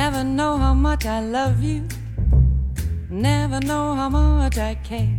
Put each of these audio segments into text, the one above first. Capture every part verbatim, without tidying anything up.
Never know how much I love you. Never know how much I care.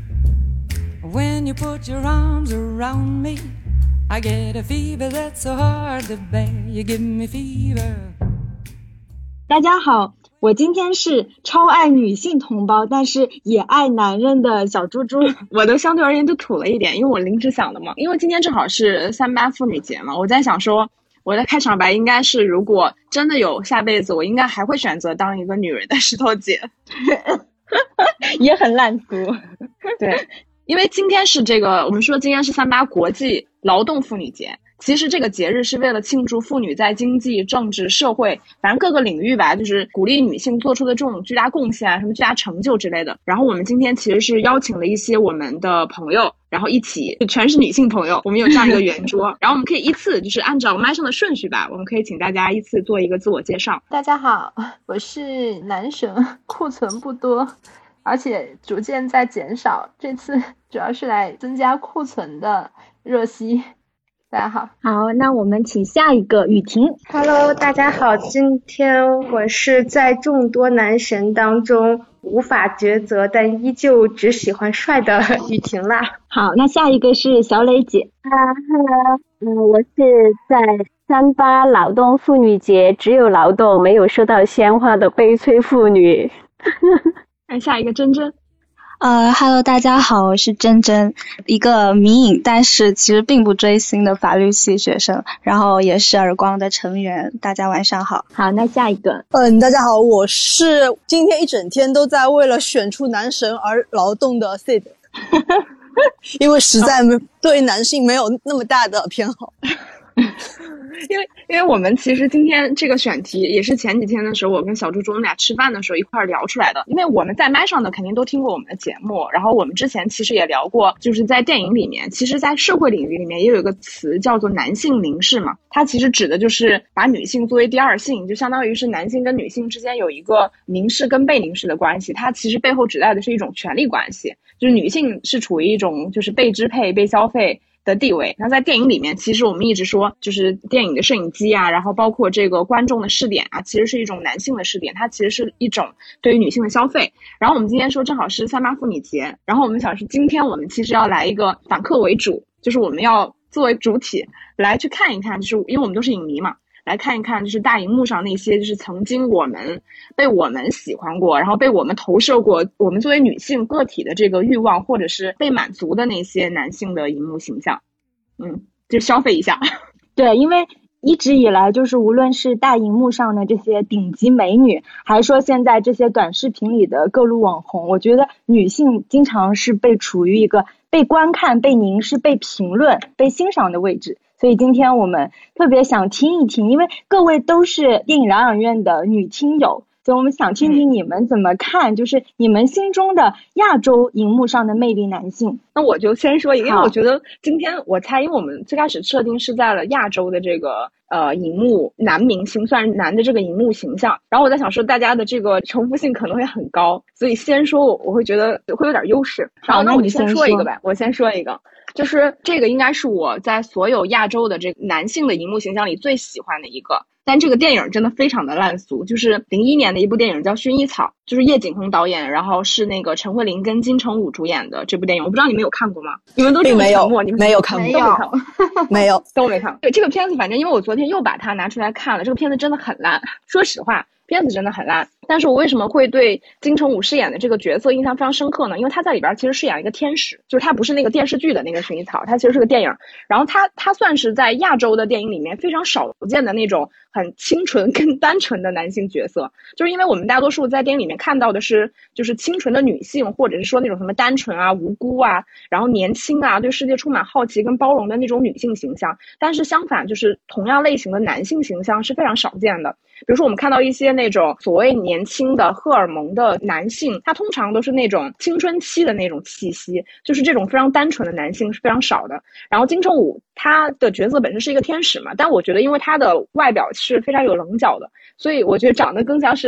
When you put your arms around me, I get a fever that's so hard to bear. You give me fever. 大家好，我今天是超爱女性同胞，但是也爱男人的小猪猪。 我的相对而言就土了一点，因为我临时想的嘛。因为今天正好是三八妇女节嘛，我在想说，我的开场白应该是，如果真的有下辈子，我应该还会选择当一个女人的石头姐。 也很烂俗。 对，因为今天是这个，我们说今天是三八国际劳动妇女节。其实这个节日是为了庆祝妇女在经济、政治、社会，反正各个领域吧，就是鼓励女性做出的这种巨大贡献啊，什么巨大成就之类的。然后我们今天其实是邀请了一些我们的朋友，然后一起，全是女性朋友，我们有这样一个圆桌，然后我们可以依次就是按照麦上的顺序吧，我们可以请大家依次做一个自我介绍。 大家好，我是男神，库存不多，而且逐渐在减少，这次主要是来增加库存的热西。大家好。 好，那我们请下一个雨婷。 Hello， 大家好，今天我是在众多男神当中无法抉择，但依旧只喜欢帅的雨婷啦。 好，那下一个是小磊姐。 啊哈，嗯，我是在三八劳动妇女节只有劳动没有收到鲜花的悲催妇女。 那下一个珍珍。 呃 ，Hello， 大家好，我是珍珍，一个迷影，但是其实并不追星的法律系学生，然后也是耳光的成员。大家晚上好。 好，那下一个。 嗯，大家好，我是今天一整天都在为了选出男神而劳动的 Sid， 因为实在对男性没有那么大的偏好。 因为因为我们其实今天这个选题也是前几天的时候，我跟小猪猪我们俩吃饭的时候一块儿聊出来的。因为我们在麦上的肯定都听过我们的节目，然后我们之前其实也聊过，就是在电影里面，其实在社会领域里面也有一个词叫做男性凝视嘛，它其实指的就是把女性作为第二性，就相当于是男性跟女性之间有一个凝视跟被凝视的关系，它其实背后指代的是一种权力关系，就是女性是处于一种就是被支配、被消费的地位。那在电影里面，其实我们一直说，就是电影的摄影机啊，然后包括这个观众的视点啊，其实是一种男性的视点，它其实是一种对于女性的消费。然后我们今天说正好是三八妇女节，然后我们想是今天我们其实要来一个反客为主，就是我们要作为主体来去看一看，就是因为我们都是影迷嘛，来看一看就是大荧幕上那些就是曾经我们被我们喜欢过，然后被我们投射过，我们作为女性个体的这个欲望或者是被满足的那些男性的荧幕形象，嗯，就消费一下。 对，因为一直以来就是无论是大荧幕上的这些顶级美女，还是说现在这些短视频里的各路网红，我觉得女性经常是被处于一个被观看、被凝视、被评论、被欣赏的位置。所以今天我们特别想听一听，因为各位都是电影疗养院的女听友，所以我们想听听你们怎么看，就是你们心中的亚洲荧幕上的魅力男性。 那我就先说一个，因为我觉得今天我猜，因为我们最开始设定是在了亚洲的这个呃荧幕男明星，算是男的这个荧幕形象，然后我在想说大家的这个重复性可能会很高，所以先说我我会觉得会有点优势。然后那我就先说一个呗，我先说一个。就是这个应该是我在所有亚洲的这个男性的荧幕形象里最喜欢的一个，但这个电影真的非常的烂俗，就是零一年的一部电影叫《薰衣草》，就是叶锦鸿导演，然后是那个陈慧琳跟金城武主演的这部电影，我不知道你们有看过吗？你们都这么沉默，你们没有看过， 都没看过， 没有， 都没看过。对这个片子，反正因为我昨天又把它拿出来看了，这个片子真的很烂，说实话。片子真的很烂，但是我为什么会对金城武饰演的这个角色印象非常深刻呢？因为他在里边其实饰演一个天使，就是他不是那个电视剧的那个薰衣草，他其实是个电影，然后他他算是在亚洲的电影里面非常少见的那种很清纯跟单纯的男性角色，就是因为我们大多数在电影里面看到的是就是清纯的女性，或者是说那种什么单纯啊、无辜啊，然后年轻啊，对世界充满好奇跟包容的那种女性形象，但是相反就是同样类型的男性形象是非常少见的。比如说我们看到一些那种所谓年轻的荷尔蒙的男性，他通常都是那种青春期的那种气息，就是这种非常单纯的男性是非常少的。然后金城武他的角色本身是一个天使嘛，但我觉得因为他的外表是非常有棱角的，所以我觉得长得更像是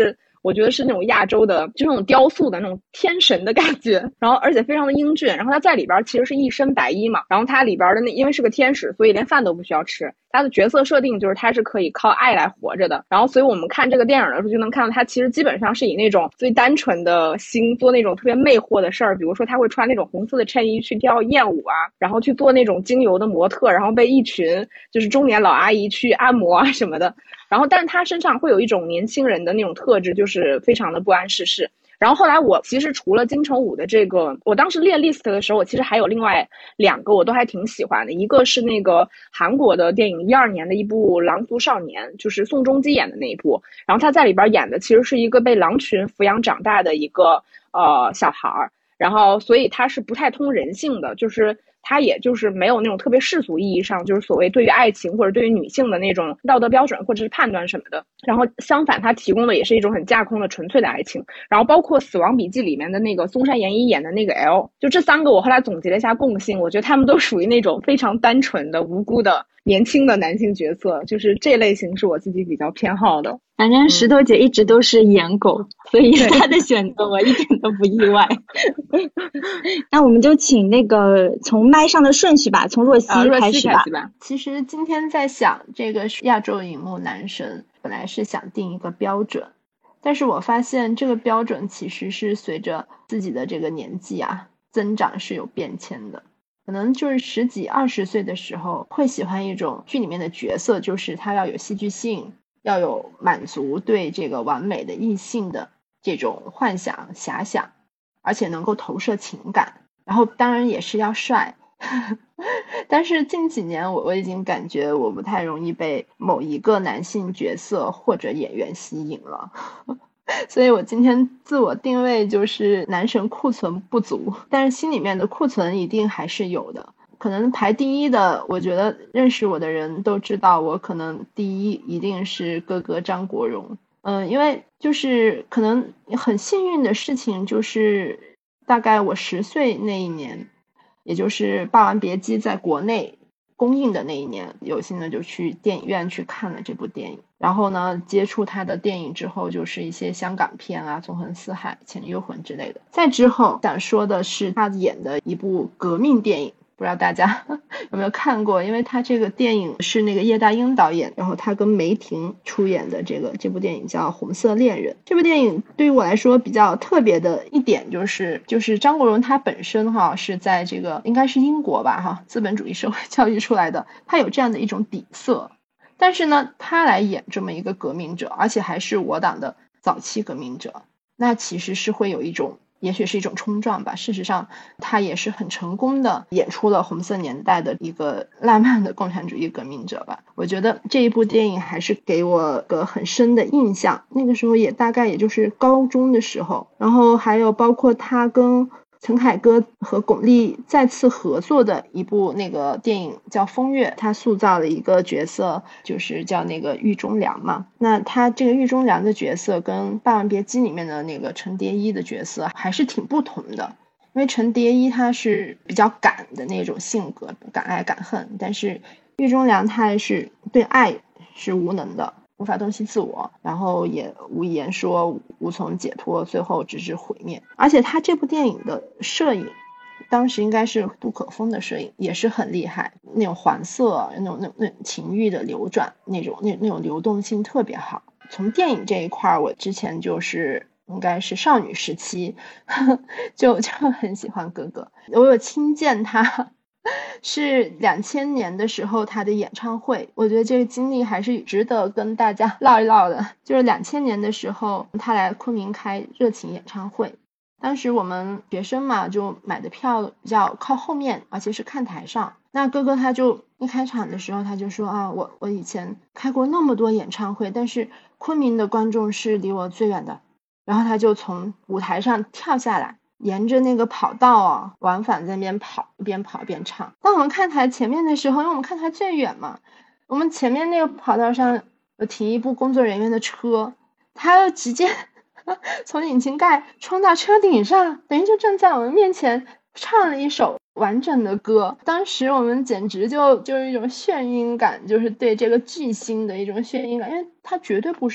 我觉得是那种亚洲的，就那种雕塑的那种天神的感觉，然后而且非常的英俊。然后他在里边其实是一身白衣嘛，然后他里边的那因为是个天使，所以连饭都不需要吃。他的角色设定就是他是可以靠爱来活着的。然后所以我们看这个电影的时候就能看到他其实基本上是以那种最单纯的心做那种特别魅惑的事儿，比如说他会穿那种红色的衬衣去跳艳舞啊，然后去做那种精油的模特，然后被一群就是中年老阿姨去按摩啊什么的。然后但是他身上会有一种年轻人的那种特质，就是非常的不谙世事。然后后来我其实除了金城武的这个，我当时列 list 的时候，我其实还有另外两个我都还挺喜欢的。一个是那个韩国的电影一二年的一部《狼族少年》，就是宋仲基演的那一部。然后他在里边演的其实是一个被狼群抚养长大的一个呃小孩儿，然后所以他是不太通人性的，就是他也就是没有那种特别世俗意义上就是所谓对于爱情或者对于女性的那种道德标准或者是判断什么的。然后相反他提供的也是一种很架空的纯粹的爱情。然后包括死亡笔记里面的那个松山研一演的那个 L， 就这三个我后来总结了一下共性，我觉得他们都属于那种非常单纯的无辜的年轻的男性角色，就是这类型是我自己比较偏好的。 反正石头姐一直都是颜狗、嗯、所以她的选择我一点都不意外。那我们就请那个从麦上的顺序吧，从若曦开始吧。 啊、 其实今天在想这个亚洲荧幕男神，本来是想定一个标准，但是我发现这个标准其实是随着自己的这个年纪啊增长是有变迁的。可能就是十几二十岁的时候会喜欢一种剧里面的角色，就是他要有戏剧性，要有满足对这个完美的异性的这种幻想遐想，而且能够投射情感，然后当然也是要帅。但是近几年我我已经感觉我不太容易被某一个男性角色或者演员吸引了。所以我今天自我定位就是男神库存不足，但是心里面的库存一定还是有的。可能排第一的，我觉得认识我的人都知道，我可能第一一定是哥哥张国荣。嗯，因为就是可能很幸运的事情，就是大概我十岁那一年，也就是《霸王别姬》在国内公映的那一年，有幸的就去电影院去看了这部电影。然后呢，接触他的电影之后，就是一些香港片啊，《纵横四海》、《倩女幽魂》之类的。再之后想说的是他演的一部革命电影，不知道大家有没有看过，因为他这个电影是那个叶大鹰导演，然后他跟梅婷出演的这个这部电影叫《红色恋人》。这部电影对于我来说比较特别的一点就是就是张国荣他本身哈是在这个应该是英国吧哈资本主义社会教育出来的，他有这样的一种底色，但是呢他来演这么一个革命者，而且还是我党的早期革命者，那其实是会有一种也许是一种冲撞吧。事实上他也是很成功的演出了红色年代的一个浪漫的共产主义革命者吧。我觉得这一部电影还是给我个很深的印象，那个时候也大概也就是高中的时候。然后还有包括他跟陈凯歌和巩俐再次合作的一部那个电影叫《风月》，他塑造了一个角色，就是叫那个狱中良嘛。那他这个狱中良的角色跟《霸王别姬》里面的那个陈蝶衣的角色还是挺不同的，因为陈蝶衣他是比较敢的那种性格，敢爱敢恨，但是狱中良他是对爱是无能的，无法洞悉自我，然后也无以言说，无从解脱，最后只是毁灭。而且他这部电影的摄影当时应该是杜可风的摄影，也是很厉害，那种黄色那种那种那种情欲的流转，那种那那种流动性特别好。从电影这一块我之前就是应该是少女时期呵呵就就很喜欢哥哥。我有亲见他是两千年的时候他的演唱会，我觉得这个经历还是值得跟大家唠一唠的。就是两千年的时候他来昆明开热情演唱会，当时我们学生嘛就买的票比较靠后面，而且是看台上。那哥哥他就一开场的时候他就说啊，我我以前开过那么多演唱会，但是昆明的观众是离我最远的。然后他就从舞台上跳下来，沿着那个跑道啊往返在那边跑，一边跑一边唱。当我们看台前面的时候，因为我们看台最远嘛，我们前面那个跑道上有停一部工作人员的车，他就直接从引擎盖冲到车顶上，等于就站在我们面前唱了一首完整的歌。当时我们简直就就是一种眩晕感，就是对这个巨星的一种眩晕感，因为他绝对不是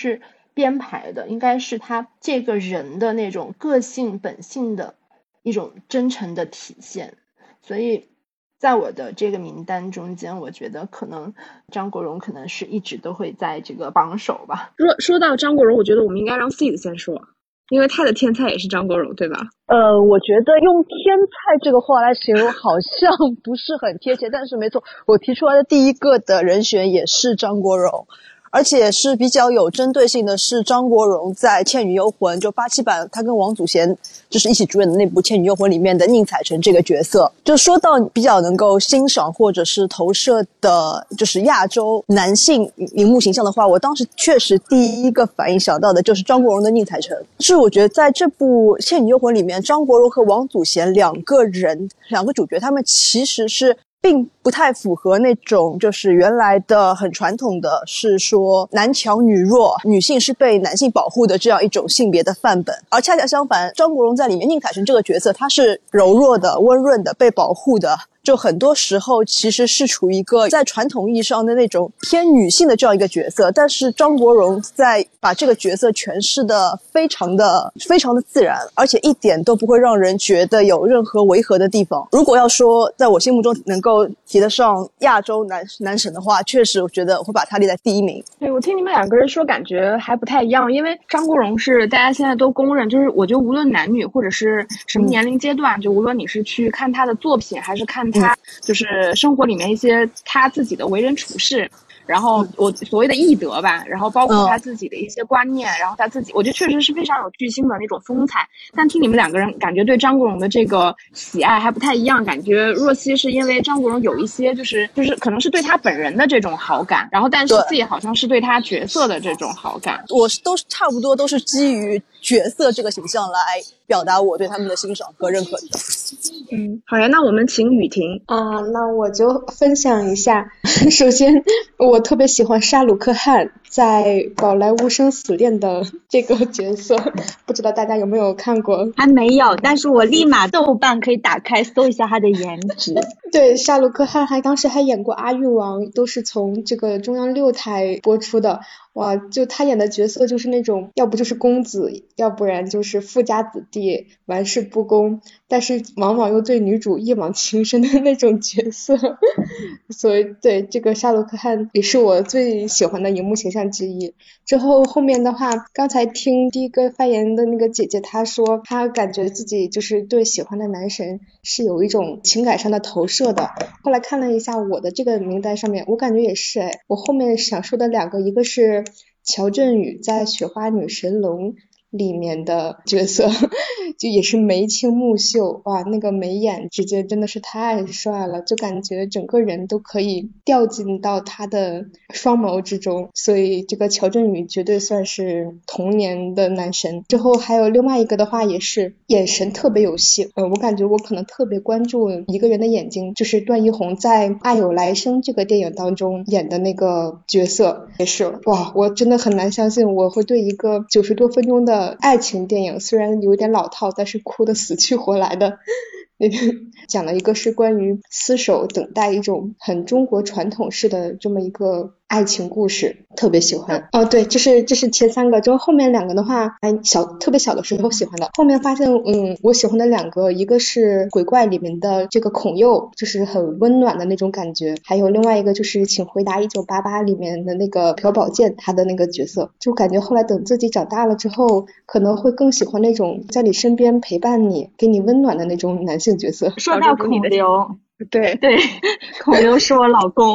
编排的，应该是他这个人的那种个性本性的一种真诚的体现。所以在我的这个名单中间，我觉得可能张国荣可能是一直都会在这个榜首吧。 说说到张国荣，我觉得我们应该让 Seed 先说，因为他的天菜也是张国荣，对吧？ 呃，我觉得用天菜这个话来形容好像不是很贴切，但是没错，我提出来的第一个的人选也是张国荣。而且是比较有针对性的是张国荣在《倩女幽魂》就八七版他跟王祖贤就是一起主演的那部《倩女幽魂》里面的宁采臣这个角色。就说到比较能够欣赏或者是投射的就是亚洲男性荧幕形象的话，我当时确实第一个反应想到的就是张国荣的宁采臣。是我觉得在这部《倩女幽魂》里面，张国荣和王祖贤两个人两个主角，他们其实是并不太符合那种就是原来的很传统的是说男强女弱，女性是被男性保护的这样一种性别的范本。而恰恰相反，张国荣在里面宁采臣这个角色，他是柔弱的、温润的、被保护的，就很多时候其实是处于一个在传统意义上的那种偏女性的这样一个角色。但是张国荣在把这个角色诠释的非常的非常的自然，而且一点都不会让人觉得有任何违和的地方。如果要说在我心目中能够提得上亚洲男男神的话，确实我觉得我会把他列在第一名。 对，我听你们两个人说感觉还不太一样，因为张国荣是大家现在都公认，就是我觉得无论男女或者是什么年龄阶段、嗯、就无论你是去看他的作品还是看他就是生活里面一些他自己的为人处事，然后我所谓的艺德吧，然后包括他自己的一些观念、嗯、然后他自己我觉得确实是非常有巨星的那种风采。但听你们两个人感觉对张国荣的这个喜爱还不太一样，感觉若曦是因为张国荣有一些就是就是可能是对他本人的这种好感，然后但是自己好像是对他角色的这种好感。 我都是差不多都是基于角色这个形象来表达我对他们的欣赏和认可的。 嗯，好呀，那我们请雨婷啊，那我就分享一下。首先，我特别喜欢沙鲁克汗在《宝莱坞生死恋》的这个角色，不知道大家有没有看过？ 还没有，但是我立马豆瓣可以打开搜一下他的颜值。 对，沙鲁克汗还当时还演过《阿育王》，都是从这个中央六台播出的。哇，就他演的角色就是那种要不就是公子，要不然就是富家子弟，玩世不恭，但是往往又对女主一往情深的那种角色。所以对这个沙鲁克汗也是我最喜欢的荧幕形象之一。之后后面的话，刚才听第一个发言的那个姐姐她说她感觉自己就是对喜欢的男神是有一种情感上的投射的。后来看了一下我的这个名单上面，我感觉也是哎，我后面想说的两个，一个是乔振宇在《雪花女神龙》里面的角色，就也是眉清目秀，哇，那个眉眼直接真的是太帅了，就感觉整个人都可以掉进到他的双眸之中，所以这个乔振宇绝对算是童年的男神。之后还有另外一个的话，也是眼神特别有戏，呃，我感觉我可能特别关注一个人的眼睛，就是段奕宏在《爱有来生》这个电影当中演的那个角色，也是哇，我真的很难相信我会对一个九十多分钟的爱情电影，虽然有点老套，但是哭得死去活来的。讲了一个是关于厮守等待，一种很中国传统式的这么一个爱情故事，特别喜欢。哦，对，这是这是前三个，之后后面两个的话，还小特别小的时候喜欢的，后面发现，嗯，我喜欢的两个，一个是鬼怪里面的这个孔佑，就是很温暖的那种感觉，还有另外一个就是请回答一九八八里面的那个朴宝剑，他的那个角色，就感觉后来等自己长大了之后，可能会更喜欢那种在你身边陪伴你、给你温暖的那种男性角色。 说到孔刘， 对对，孔刘是我老公。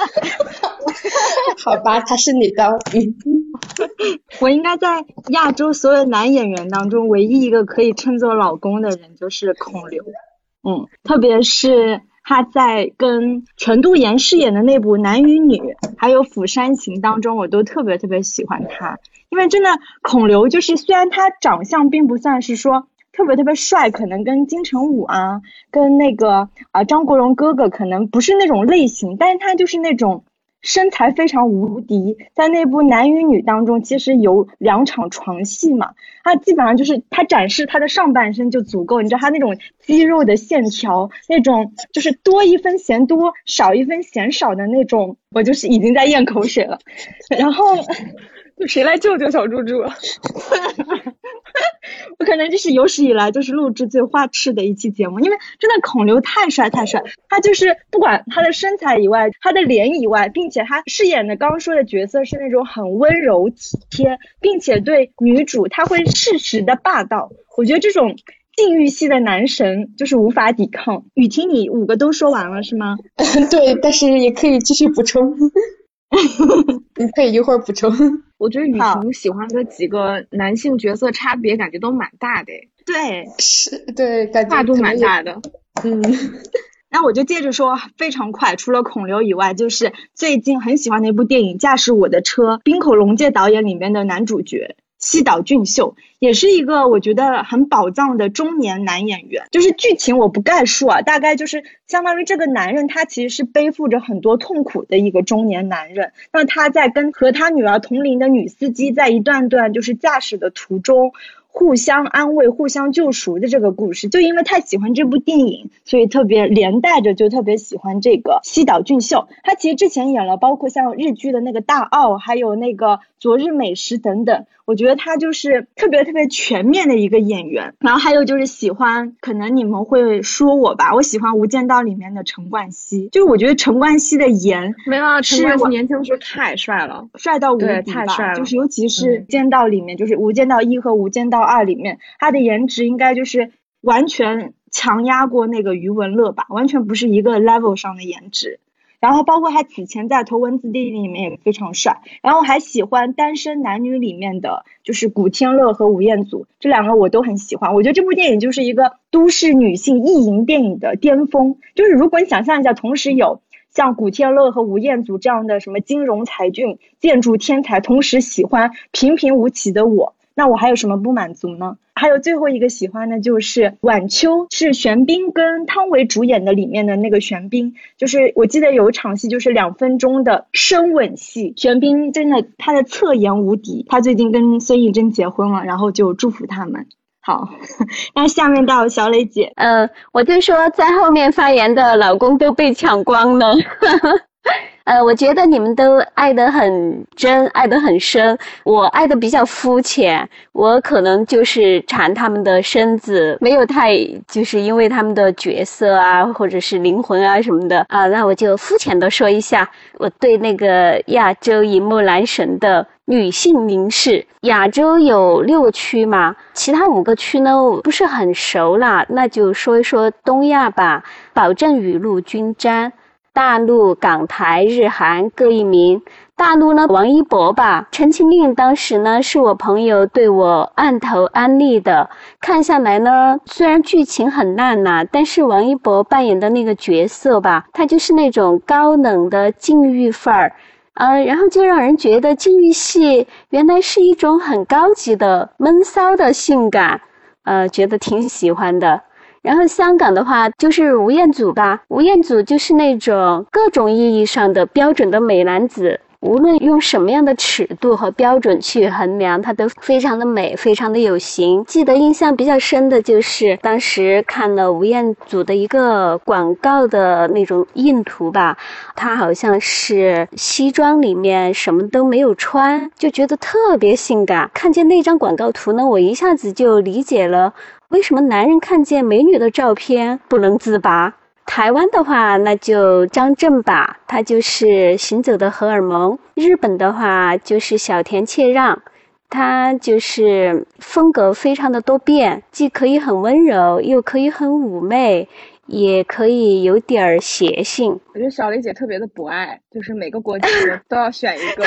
好吧，他是你的。嗯， 我应该在亚洲所有男演员当中唯一一个可以称作老公的人就是孔刘。嗯，特别是他在跟全度妍饰演的那部《男与女》还有《釜山行》当中，我都特别特别喜欢他。因为真的孔刘就是虽然他长相并不算是说特别特别帅，可能跟金城武啊跟那个啊、呃、张国荣哥哥可能不是那种类型，但是他就是那种身材非常无敌。在那部《男与女》当中其实有两场床戏嘛，他基本上就是他展示他的上半身就足够，你知道他那种肌肉的线条，那种就是多一分嫌多少一分嫌少的那种，我就是已经在咽口水了。然后谁来救救小猪猪？ 我可能这是有史以来就是录制最花痴的一期节目，因为真的孔刘太帅太帅，他就是不管他的身材以外，他的脸以外，并且他饰演的刚刚说的角色是那种很温柔体贴，并且对女主他会适时的霸道，我觉得这种禁欲系的男神就是无法抵抗。雨婷，你五个都说完了是吗？ 对，但是也可以继续补充。你可以一会儿补充。 我觉得雨婷喜欢的几个男性角色差别感觉都蛮大的。 对， 是，对，感觉跨度蛮大的。 嗯， 那我就接着说，非常快，除了孔刘以外，就是最近很喜欢的一部电影《驾驶我的车》，滨口龙介导演里面的男主角西岛俊秀，也是一个我觉得很宝藏的中年男演员。就是剧情我不概述啊，大概就是相当于这个男人他其实是背负着很多痛苦的一个中年男人，那他在跟和他女儿同龄的女司机在一段段就是驾驶的途中互相安慰互相救赎的这个故事。就因为太喜欢这部电影，所以特别连带着就特别喜欢这个西岛俊秀。他其实之前演了包括像日剧的那个大奥，还有那个昨日美食等等，我觉得他就是特别特别全面的一个演员。然后还有就是喜欢，可能你们会说我吧，我喜欢无间道里面的陈冠希，就是我觉得陈冠希的颜没有，陈冠希年轻的时候太帅了， 帅到无敌吧， 太帅了， 就是尤其是无间道里面、嗯、就是无间道一和无间道二里面，他的颜值应该就是完全强压过那个余文乐吧，完全不是一个 level 上的颜值。然后包括他此前在头文字 D 里面也非常帅。然后还喜欢单身男女里面的就是古天乐和吴彦祖，这两个我都很喜欢。我觉得这部电影就是一个都市女性意淫电影的巅峰，就是如果你想象一下，同时有像古天乐和吴彦祖这样的什么金融才俊建筑天才，同时喜欢平平无奇的我，那我还有什么不满足呢？还有最后一个喜欢的就是晚秋，是玄彬跟汤唯主演的里面的那个玄彬，就是我记得有一场戏就是两分钟的深吻戏，玄彬真的他的侧颜无敌，他最近跟孙艺珍结婚了，然后就祝福他们。好，那下面到小磊姐。 呃，我就说在后面发言的老公都被抢光了。呃，我觉得你们都爱得很真，爱得很深，我爱得比较肤浅，我可能就是馋他们的身子，没有太就是因为他们的角色啊，或者是灵魂啊什么的啊，那我就肤浅的说一下，我对那个亚洲银幕男神的女性凝视。亚洲有六个区嘛，其他五个区呢我不是很熟啦，那就说一说东亚吧。保证雨露均沾，大陆、港台、日韩各一名。大陆呢，王一博吧，陈情令当时呢是我朋友对我按头安利的。看下来呢，虽然剧情很烂呐、啊，但是王一博扮演的那个角色吧，他就是那种高冷的禁欲范儿，呃，然后就让人觉得禁欲系原来是一种很高级的闷骚的性感，呃，觉得挺喜欢的。然后香港的话就是吴彦祖吧，吴彦祖就是那种各种意义上的标准的美男子，无论用什么样的尺度和标准去衡量，他都非常的美，非常的有型。记得印象比较深的就是当时看了吴彦祖的一个广告的那种印图吧，他好像是西装里面什么都没有穿，就觉得特别性感。看见那张广告图呢，我一下子就理解了为什么男人看见美女的照片不能自拔。台湾的话那就张震吧，他就是行走的荷尔蒙。日本的话就是小田切让，他就是风格非常的多变，既可以很温柔，又可以很妩媚，也可以有点邪性。 我觉得小雷姐特别的博爱，就是每个国籍都要选一个。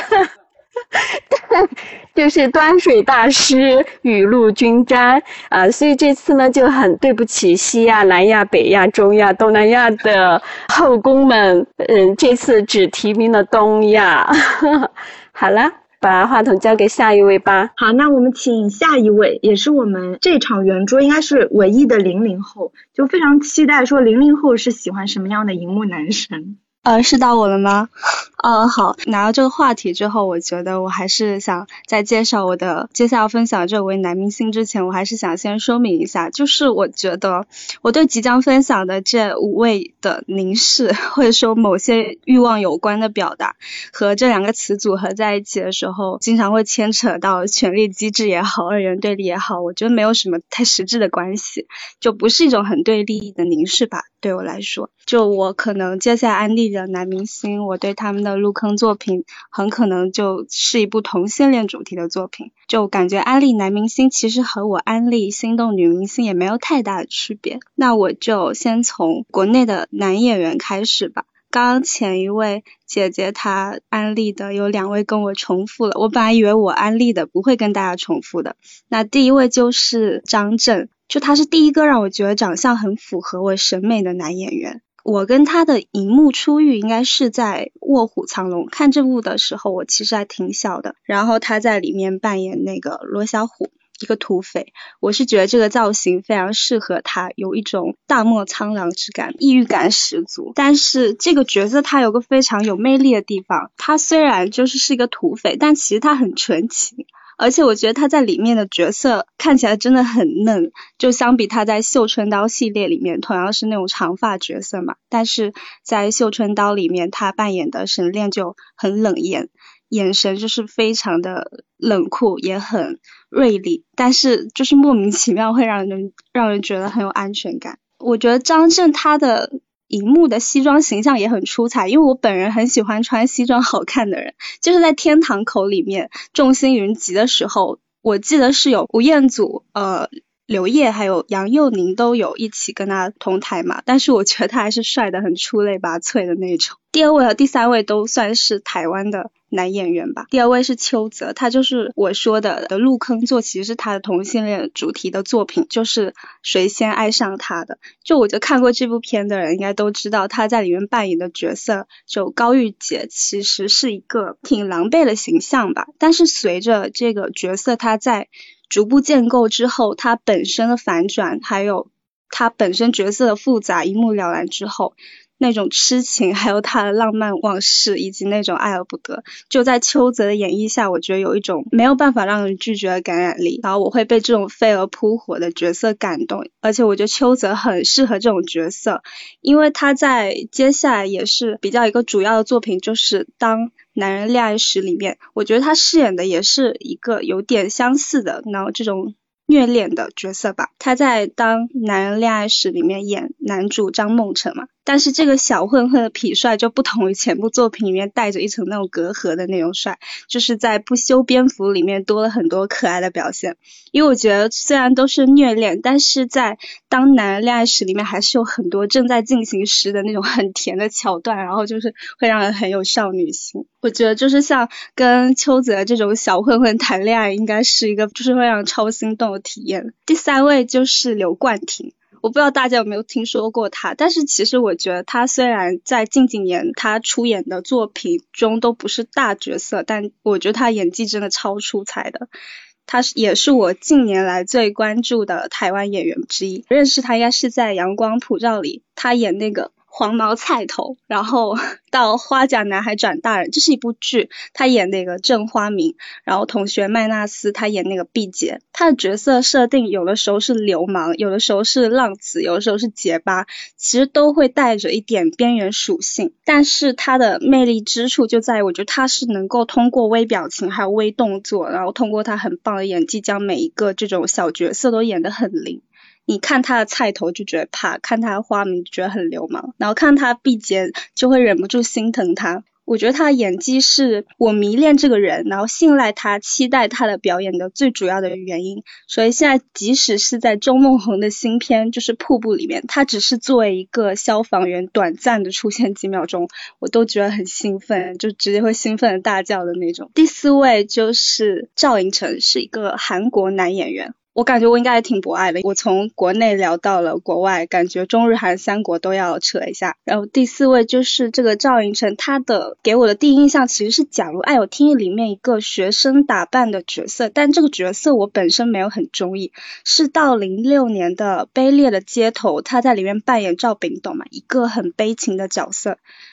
就是端水大师，雨露均沾啊，所以这次呢就很对不起西亚、南亚、北亚、中亚、东南亚的后宫们，嗯，这次只提名了东亚。好了，把话筒交给下一位吧。 好，那我们请下一位，也是我们这场圆桌应该是唯一的零零后，就非常期待说零零后是喜欢什么样的荧幕男神。 呃，是到我了吗？呃，好，拿到这个话题之后，我觉得我还是想在介绍我的接下来要分享这位男明星之前，我还是想先说明一下，就是我觉得我对即将分享的这五位的凝视，或者说某些欲望有关的表达，和这两个词组合在一起的时候，经常会牵扯到权力机制也好，二元对立也好，我觉得没有什么太实质的关系，就不是一种很对立的凝视吧，对我来说。就我可能接下来安利的男明星，我对他们的入坑作品很可能就是一部同性恋主题的作品，就感觉安利男明星其实和我安利心动女明星也没有太大的区别。那我就先从国内的男演员开始吧。刚刚前一位姐姐她安利的有两位跟我重复了，我本来以为我安利的不会跟大家重复的。那第一位就是张震，就他是第一个让我觉得长相很符合我审美的男演员。我跟他的荧幕初遇应该是在卧虎藏龙，看这部的时候我其实还挺小的，然后他在里面扮演那个罗小虎，一个土匪，我是觉得这个造型非常适合他，有一种大漠苍狼之感，异域感十足。但是这个角色他有个非常有魅力的地方，他虽然就是是一个土匪，但其实他很纯情，而且我觉得他在里面的角色看起来真的很嫩，就相比他在绣春刀系列里面同样是那种长发角色嘛，但是在绣春刀里面他扮演的沈炼就很冷艳，眼神就是非常的冷酷，也很锐利，但是就是莫名其妙会让人让人觉得很有安全感。我觉得张震他的荧幕的西装形象也很出彩，因为我本人很喜欢穿西装好看的人，就是在天堂口里面众星云集的时候，我记得是有吴彦祖、呃刘烨还有杨佑宁都有一起跟他同台嘛，但是我觉得他还是帅得很出类拔萃的那种。第二位和第三位都算是台湾的男演员吧。第二位是邱泽，他就是我说的的入坑作，其实是他的同性恋主题的作品，就是谁先爱上他的。就我觉得看过这部片的人应该都知道，他在里面扮演的角色就高玉洁其实是一个挺狼狈的形象吧，但是随着这个角色他在逐步建构之后，他本身的反转还有他本身角色的复杂一目了然之后，那种痴情还有他的浪漫往事以及那种爱而不得，就在邱泽的演绎下，我觉得有一种没有办法让人拒绝的感染力，然后我会被这种飞蛾扑火的角色感动，而且我觉得邱泽很适合这种角色，因为他在接下来也是比较一个主要的作品，就是当男人恋爱时里面，我觉得他饰演的也是一个有点相似的然后这种虐恋的角色吧。他在当男人恋爱时里面演男主张梦辰嘛，但是这个小混混的痞帅就不同于前部作品里面带着一层那种隔阂的那种帅，就是在不修边幅里面多了很多可爱的表现。因为我觉得虽然都是虐恋，但是在当男人恋爱时里面还是有很多正在进行时的那种很甜的桥段，然后就是会让人很有少女心。我觉得就是像跟邱泽这种小混混谈恋爱应该是一个就是会让人超心动的体验。第三位就是刘冠廷，我不知道大家有没有听说过他，但是其实我觉得他虽然在近几年他出演的作品中都不是大角色，但我觉得他演技真的超出彩的。他也是我近年来最关注的台湾演员之一，认识他应该是在阳光普照里，他演那个黄毛菜头，然后到花甲男孩转大人，这是一部剧，他演那个郑花明，然后同学麦纳斯他演那个毕节。他的角色设定有的时候是流氓，有的时候是浪子，有的时候是结巴，其实都会带着一点边缘属性，但是他的魅力之处就在于我觉得他是能够通过微表情还有微动作，然后通过他很棒的演技将每一个这种小角色都演得很灵。你看他的菜头就觉得怕，看他的花名就觉得很流氓，然后看他毕节就会忍不住心疼他。我觉得他的演技是我迷恋这个人，然后信赖他，期待他的表演的最主要的原因。所以现在即使是在周梦红的新片就是瀑布里面，他只是作为一个消防员短暂的出现几秒钟，我都觉得很兴奋，就直接会兴奋的大叫的那种。第四位就是赵寅成，是一个韩国男演员，我感觉我应该也挺博爱的，我从国内聊到了国外，感觉中日韩三国都要扯一下。然后第四位就是这个赵寅成，他的给我的第一印象其实是假如爱有天意里面一个学生打扮的角色，但这个角色我本身没有很中意，是到零六年的卑劣的街头，他在里面扮演赵炳斗嘛，一个很悲情的角色，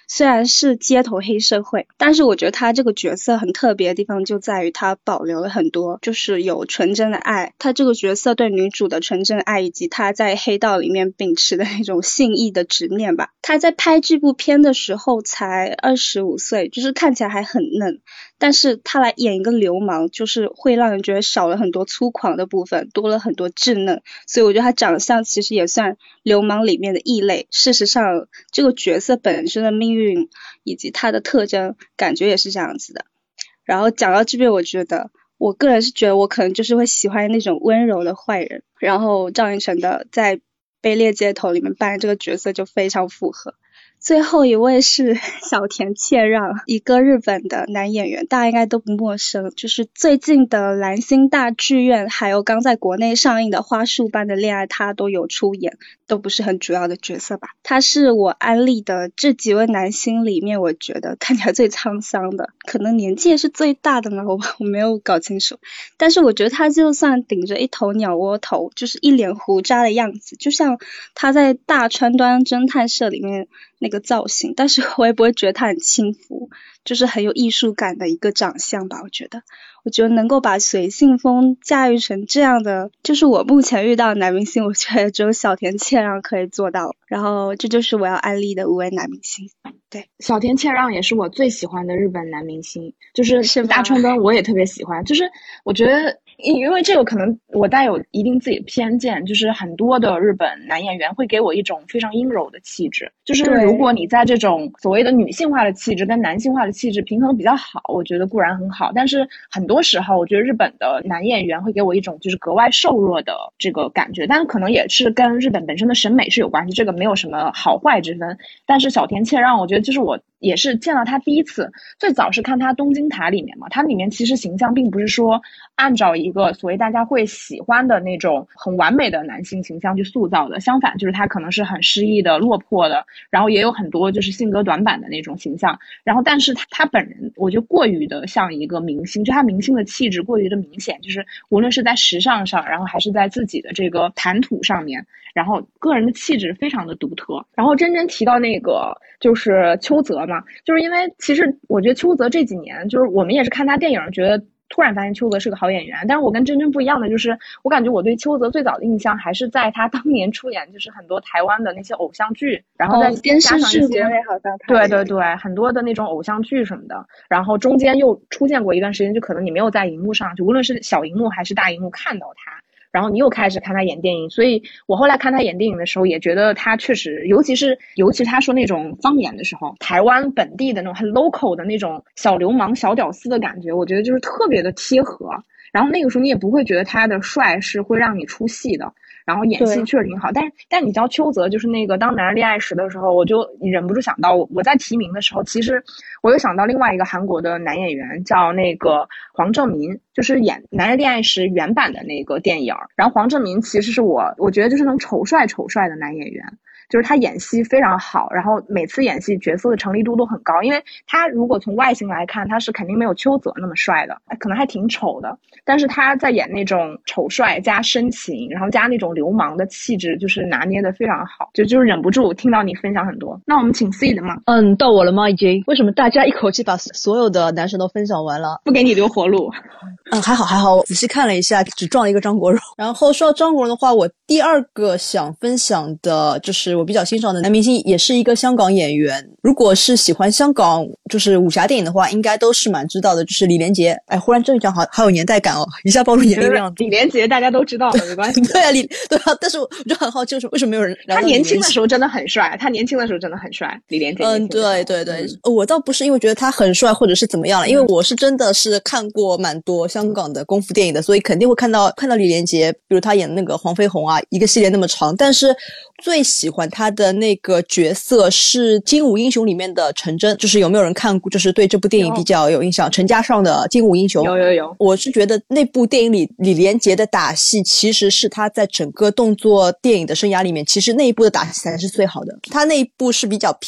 虽然是街头黑社会，但是我觉得他这个角色很特别的地方就在于他保留了很多就是有纯真的爱，他这个角色对女主的纯真爱以及他在黑道里面秉持的那种性义的执念吧。他在拍这部片的时候才二十五岁，就是看起来还很嫩，但是他来演一个流氓，就是会让人觉得少了很多粗犷的部分，多了很多稚嫩，所以我觉得他长相其实也算流氓里面的异类。事实上这个角色本身的命运以及他的特征感觉也是这样子的。然后讲到这边，我觉得我个人是觉得我可能就是会喜欢那种温柔的坏人，然后赵寅成的在卑劣街头里面扮演这个角色就非常符合。最后一位是小田切让，一个日本的男演员，大家应该都不陌生，就是最近的蓝星大剧院还有刚在国内上映的花束般的恋爱他都有出演，都不是很主要的角色吧。他是我安利的这几位男星里面我觉得看起来最沧桑的，可能年纪也是最大的呢，我我没有搞清楚，但是我觉得他就算顶着一头鸟窝头，就是一脸胡渣的样子，就像他在大川端侦探社里面那个造型，但是我也不会觉得他很轻浮，就是很有艺术感的一个长相吧。我觉得我觉得能够把随性风驾驭成这样的，就是我目前遇到的男明星，我觉得只有小田切让可以做到。然后这就是我要安利的五位男明星。对， 小田切让也是我最喜欢的日本男明星，就是大川端我也特别喜欢，就是我觉得因为这个可能我带有一定自己的偏见，就是很多的日本男演员会给我一种非常阴柔的气质，就是如果你在这种所谓的女性化的气质跟男性化的气质平衡比较好，我觉得固然很好，但是很多时候我觉得日本的男演员会给我一种就是格外瘦弱的这个感觉，但是可能也是跟日本本身的审美是有关系，这个没有什么好坏之分。但是小田切让我觉得就是我也是见到他第一次，最早是看他东京塔里面嘛，他里面其实形象并不是说按照一个所谓大家会喜欢的那种很完美的男性形象去塑造的，相反就是他可能是很失意的落魄的，然后也有很多就是性格短板的那种形象，然后但是他他本人我觉得过于的像一个明星，就他明星的气质过于的明显，就是无论是在时尚上，然后还是在自己的这个谈吐上面，然后个人的气质非常的独特。然后真真提到那个就是邱泽嘛，就是因为其实我觉得邱泽这几年就是我们也是看他电影觉得突然发现邱泽是个好演员，但是我跟真真不一样的就是我感觉我对邱泽最早的印象还是在他当年出演就是很多台湾的那些偶像剧，然后再加上一些、哦、好像对对对很多的那种偶像剧什么的，然后中间又出现过一段时间就可能你没有在荧幕上，就无论是小荧幕还是大荧幕看到他，然后你又开始看他演电影，所以我后来看他演电影的时候也觉得他确实，尤其是尤其是他说那种方言的时候，台湾本地的那种很 local 的那种小流氓小屌丝的感觉，我觉得就是特别的贴合，然后那个时候你也不会觉得他的帅是会让你出戏的，然后演戏确实挺好。但是但你叫邱泽就是那个当男人恋爱时的时候，我就忍不住想到我我在提名的时候，其实我又想到另外一个韩国的男演员叫那个黄正民，就是演男人恋爱时原版的那个电影，然后黄正民其实是我我觉得就是那种丑帅丑帅的男演员，就是他演戏非常好，然后每次演戏角色的成立度都很高，因为他如果从外形来看他是肯定没有邱泽那么帅的，可能还挺丑的，但是他在演那种丑帅加深情，然后加那种流氓的气质，就是拿捏的非常好，就就是忍不住听到你分享很多。那我们请 C 的嘛。 嗯，到我了吗？已经？为什么大家一口气把所有的男神都分享完了？ 不给你留活路。 嗯，还好还好，我仔细看了一下，只撞了一个张国荣。然后说到张国荣的话，我第二个想分享的就是我比较欣赏的男明星，也是一个香港演员。如果是喜欢香港就是武侠电影的话，应该都是蛮知道的，就是李连杰。哎，忽然这一讲好好有年代感哦，一下暴露年龄量。 李连杰大家都知道了，没关系。 对啊，李对啊，但是我就很好奇，为什么没有人？ 他年轻的时候真的很帅，他年轻的时候真的很帅。李连杰。 嗯，对对对、嗯，我倒不是因为觉得他很帅或者是怎么样了，因为我是真的是看过蛮多香港的功夫电影的，所以肯定会看到看到李连杰，比如他演那个黄飞鸿啊，一个系列那么长。但是最喜欢他的那个角色是《精武英雄》里面的陈真，就是有没有人看过？就是对这部电影比较有印象，陈嘉上的《精武英雄》。 有有有。 我是觉得那部电影里李连杰的打戏，其实是他在整个动作电影的生涯里面，其实那一部的打戏才是最好的。他那一部是比较偏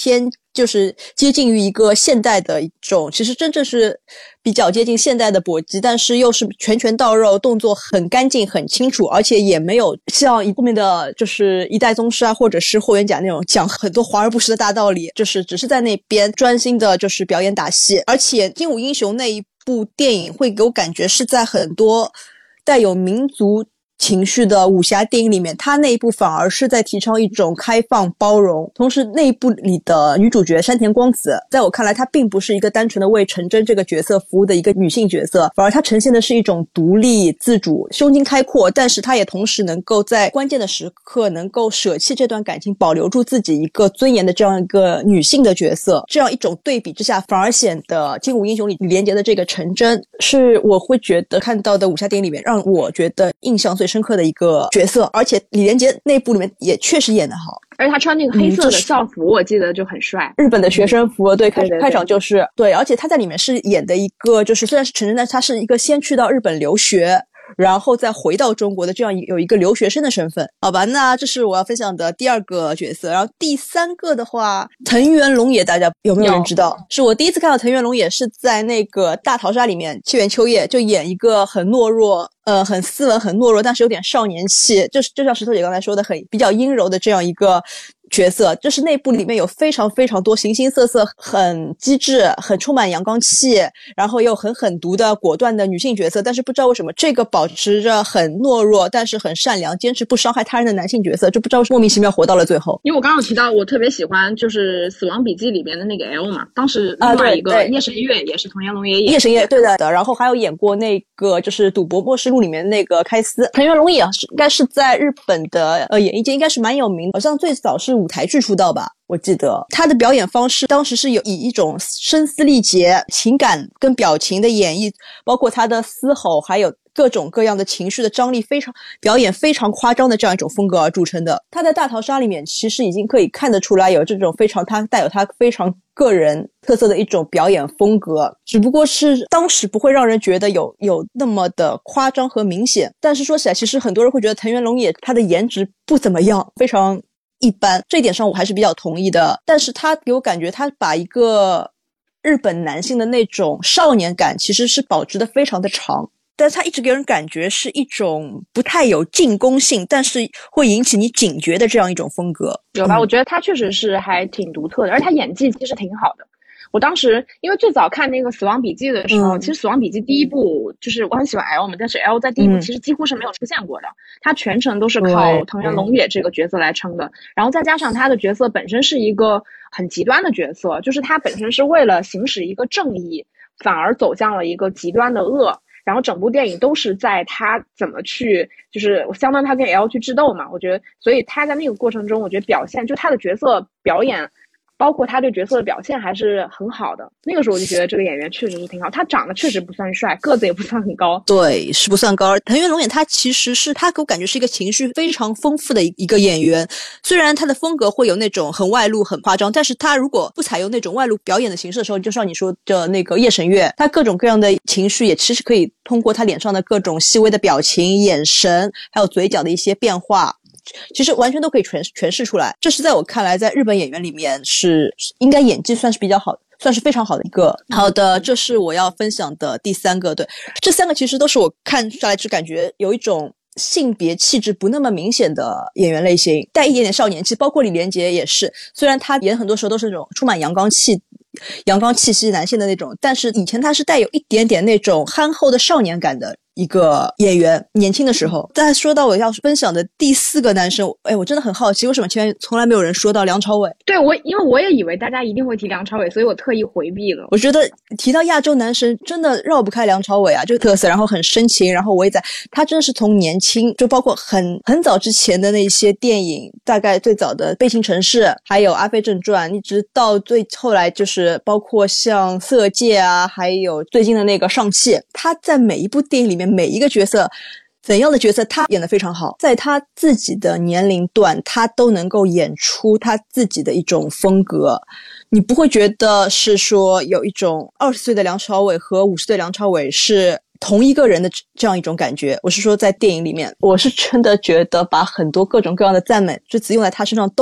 就是接近于一个现代的一种，其实真正是比较接近现代的搏击，但是又是拳拳到肉，动作很干净很清楚，而且也没有像后面的就是一代宗师啊或者是霍元甲那种讲很多华而不实的大道理，就是只是在那边专心的就是表演打戏。而且精武英雄那一部电影会给我感觉是在很多带有民族情绪的武侠电影里面，他那一部反而是在提倡一种开放包容。同时那一部里的女主角山田光子，在我看来她并不是一个单纯的为陈真这个角色服务的一个女性角色，反而她呈现的是一种独立自主胸襟开阔，但是她也同时能够在关键的时刻能够舍弃这段感情，保留住自己一个尊严的这样一个女性的角色。这样一种对比之下，反而显得精武英雄里李连杰的这个陈真是我会觉得看到的武侠电影里面让我觉得印象最深刻的一个角色。而且李连杰那部里面也确实演得好， 而且他穿那个黑色的校服、嗯、我记得就很帅， 日本的学生服。对，开对对对开场就是对，而且他在里面是演的一个就是虽然是陈真，但他是一个先去到日本留学然后再回到中国的这样有一个留学生的身份。好吧，那这是我要分享的第二个角色。然后第三个的话，藤原龙也，大家有没有人知道？是我第一次看到藤原龙也是在那个大逃杀里面，七原秋叶就演一个很懦弱呃，很斯文很懦弱但是有点少年气，就是就像石头姐刚才说的很比较阴柔的这样一个角色。就是那部里面有非常非常多形形色色很机智很充满阳刚气然后又很狠毒的果断的女性角色，但是不知道为什么这个保持着很懦弱但是很善良坚持不伤害他人的男性角色就不知道莫名其妙活到了最后。 因为我刚刚有提到我特别喜欢就是死亡笔记里面的那个 L 嘛，当时另外一个夜神月也是藤原龙也演， 夜神月对的，然后还有演过那个就是赌博默示录里面那个开司。藤原龙也应该是在日本的呃演艺界应该是蛮有名的，好像最早是舞台剧出道吧，我记得他的表演方式当时是有以一种声嘶力竭情感跟表情的演绎，包括他的嘶吼还有各种各样的情绪的张力，非常表演非常夸张的这样一种风格而著称的。他在大逃杀里面其实已经可以看得出来有这种非常他带有他非常个人特色的一种表演风格，只不过是当时不会让人觉得有有那么的夸张和明显。但是说起来其实很多人会觉得藤原龙也他的颜值不怎么样，非常一般，这一点上我还是比较同意的。但是他给我感觉他把一个日本男性的那种少年感其实是保持的非常的长，但是他一直给人感觉是一种不太有进攻性但是会引起你警觉的这样一种风格。 有吧、嗯、我觉得他确实是还挺独特的，而且他演技其实挺好的。我当时因为最早看那个死亡笔记的时候、嗯、其实死亡笔记第一部就是我很喜欢 L 嘛，但是 L 在第一部其实几乎是没有出现过的、嗯、他全程都是靠藤原龙也这个角色来撑的、嗯、然后再加上他的角色本身是一个很极端的角色，就是他本身是为了行使一个正义反而走向了一个极端的恶，然后整部电影都是在他怎么去就是相当于他跟 L 去智斗嘛，我觉得所以他在那个过程中我觉得表现就他的角色表演包括他对角色的表现还是很好的。那个时候我就觉得这个演员确实是挺好，他长得确实不算帅，个子也不算很高， 对，是不算高。藤原龙也他其实是他给我感觉是一个情绪非常丰富的一个演员，虽然他的风格会有那种很外露很夸张，但是他如果不采用那种外露表演的形式的时候，就像你说的那个夜神月，他各种各样的情绪也其实可以通过他脸上的各种细微的表情眼神还有嘴角的一些变化其实完全都可以诠诠释出来。这是在我看来在日本演员里面是应该演技算是比较好算是非常好的一个。好的，这是我要分享的第三个。对，这三个其实都是我看下来就感觉有一种性别气质不那么明显的演员类型，带一点点少年气，包括李连杰也是，虽然他演很多时候都是那种充满阳刚气阳刚气息男性的那种，但是以前他是带有一点点那种憨厚的少年感的一个演员，年轻的时候。再说到我要分享的第四个男生，哎，我真的很好奇为什么前面从来没有人说到梁朝伟。 对，我因为我也以为大家一定会提梁朝伟，所以我特意回避了。 我觉得提到亚洲男神真的绕不开梁朝伟啊，就特色，然后很深情，然后我也在他真的是从年轻就包括很很早之前的那些电影，大概最早的悲情城市还有阿飞正传，一直到最后来就是包括像色戒啊还有最近的那个上汽，他在每一部电影里面每一个角色怎样的角色他演得非常好，在他自己的年龄段他都能够演出他自己的一种风格，你不会觉得是说有一种二十岁的梁朝伟和五十岁梁朝伟是同一个人的这样一种感觉。我是说在电影里面，我是真的觉得把很多各种各样的赞美之词用在他身上都不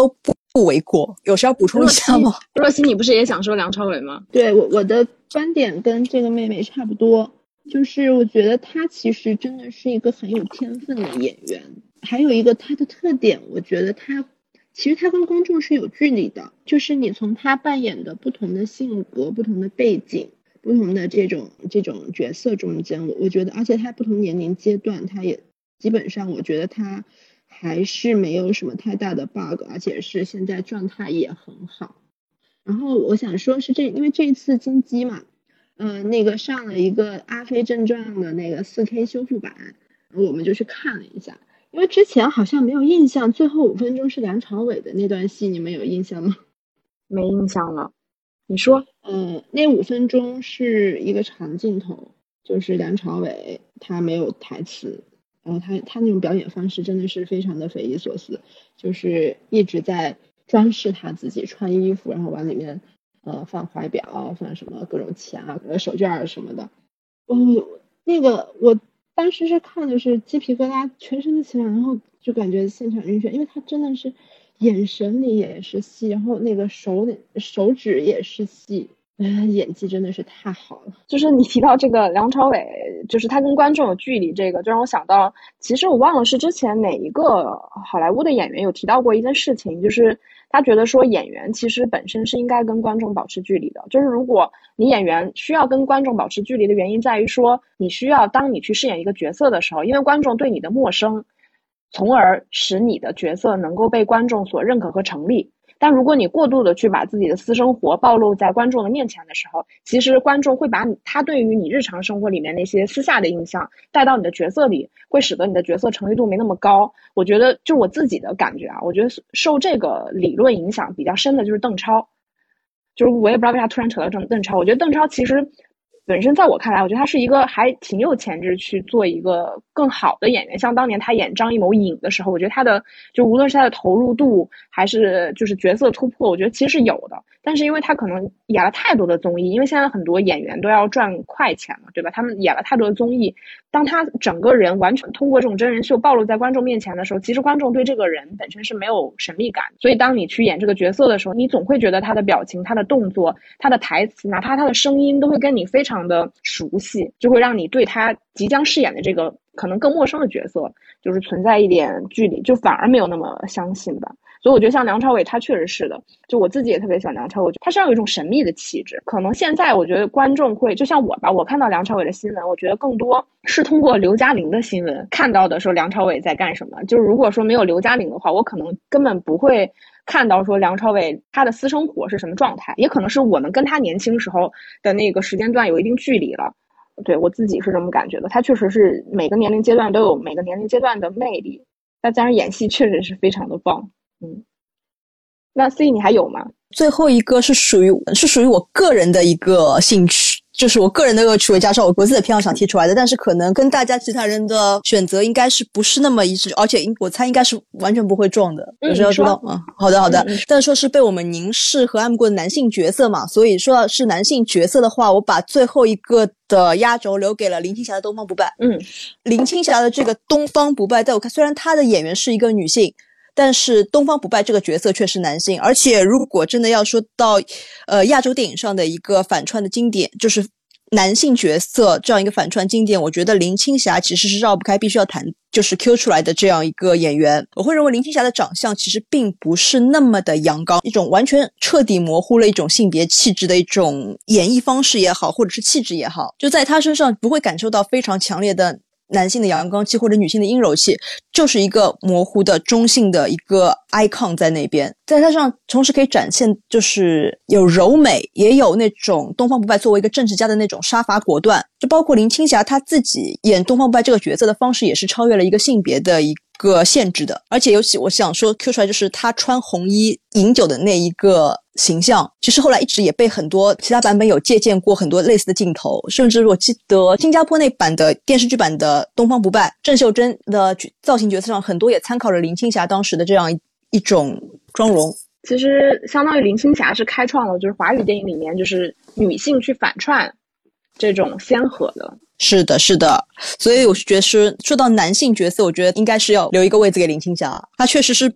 不为过。有事要补充一下吗？ 若曦，你不是也想说梁朝伟吗？ 对，我我的观点跟这个妹妹差不多，就是我觉得她其实真的是一个很有天分的演员。还有一个她的特点，我觉得她其实她跟观众是有距离的，就是你从她扮演的不同的性格、不同的背景、不同的这种这种角色中间，我我觉得，而且她不同年龄阶段，她也基本上我觉得她还是没有什么太大的 bug， 而且是现在状态也很好。然后我想说是这，因为这一次金鸡嘛，嗯、呃，那个上了一个《阿飞正传》的那个 四 K 修复版，我们就去看了一下。因为之前好像没有印象，最后五分钟是梁朝伟的那段戏，你们有印象吗？ 没印象了，你说。 呃，那五分钟是一个长镜头，就是梁朝伟他没有台词，然后他他那种表演方式真的是非常的匪夷所思，就是一直在装饰他自己穿衣服，然后往里面呃放怀表，放什么各种钱啊、手绢啊什么的。嗯，那个我当时是看的是鸡皮疙瘩全身的起来，然后就感觉现场晕眩，因为他真的是眼神里也是戏，然后那个手手指也是戏。演技真的是太好了。 就是你提到这个梁朝伟，就是他跟观众有距离，这个就让我想到，其实我忘了是之前哪一个好莱坞的演员有提到过一件事情，就是他觉得说演员其实本身是应该跟观众保持距离的，就是如果你演员需要跟观众保持距离的原因在于说，你需要当你去饰演一个角色的时候，因为观众对你的陌生，从而使你的角色能够被观众所认可和成立。但如果你过度的去把自己的私生活暴露在观众的面前的时候，其实观众会把你他对于你日常生活里面那些私下的印象带到你的角色里，会使得你的角色成立度没那么高。我觉得就我自己的感觉啊，我觉得受这个理论影响比较深的就是邓超，就是我也不知道为啥突然扯到邓邓超。我觉得邓超其实本身在我看来，我觉得他是一个还挺有潜质去做一个更好的演员。像当年他演张艺谋影的时候，我觉得他的就无论是他的投入度还是就是角色突破，我觉得其实是有的。但是因为他可能演了太多的综艺，因为现在很多演员都要赚快钱嘛，对吧？他们演了太多的综艺，当他整个人完全通过这种真人秀暴露在观众面前的时候，其实观众对这个人本身是没有神秘感。所以当你去演这个角色的时候，你总会觉得他的表情、他的动作、他的台词，哪怕他的声音都会跟你非常的熟悉，就会让你对他即将饰演的这个可能更陌生的角色就是存在一点距离，就反而没有那么相信吧。所以我觉得像梁朝伟他确实是的，就我自己也特别喜欢梁朝伟，他身上有一种神秘的气质。可能现在我觉得观众会就像我吧，我看到梁朝伟的新闻，我觉得更多是通过刘嘉玲的新闻看到的，说梁朝伟在干什么。就是如果说没有刘嘉玲的话，我可能根本不会看到说梁朝伟他的私生活是什么状态，也可能是我们跟他年轻时候的那个时间段有一定距离了。对，我自己是这么感觉的，他确实是每个年龄阶段都有每个年龄阶段的魅力，再加上演戏确实是非常的棒。嗯，那 C 你还有吗？ 最后一个是属于是属于我个人的一个兴趣，就是我个人的恶趣味加上我自己的偏好想提出来的，但是可能跟大家其他人的选择应该是不是那么一致，而且我猜应该是完全不会撞的。 嗯， 就是要知道，嗯，好的好的。 嗯嗯但是说是被我们凝视和爱慕过的男性角色嘛，所以说是男性角色的话，我把最后一个的压轴留给了林青霞的东方不败。 嗯， 林青霞的这个东方不败，在我看虽然她的演员是一个女性，但是东方不败这个角色却是男性。而且如果真的要说到呃亚洲电影上的一个反串的经典，就是男性角色这样一个反串经典，我觉得林青霞其实是绕不开必须要谈就是 Q 出来的这样一个演员。我会认为林青霞的长相其实并不是那么的阳刚，一种完全彻底模糊了一种性别气质的一种演绎方式也好，或者是气质也好，就在她身上不会感受到非常强烈的男性的阳刚气或者女性的阴柔气，就是一个模糊的中性的一个 icon 在那边，在它上同时可以展现就是有柔美，也有那种东方不败作为一个政治家的那种杀伐果断。就包括林青霞她自己演东方不败这个角色的方式也是超越了一个性别的一个限制的。而且尤其我想说 Q 出来就是她穿红衣饮酒的那一个形象，其实后来一直也被很多其他版本有借鉴过很多类似的镜头，甚至我记得新加坡那版的电视剧版的东方不败，郑秀珍的造型角色上很多也参考了林青霞当时的这样一一种妆容。 其实相当于林青霞是开创了就是华语电影里面就是女性去反串这种先河的。 是的是的，所以我觉得是说到男性角色，我觉得应该是要留一个位置给林青霞，她确实是被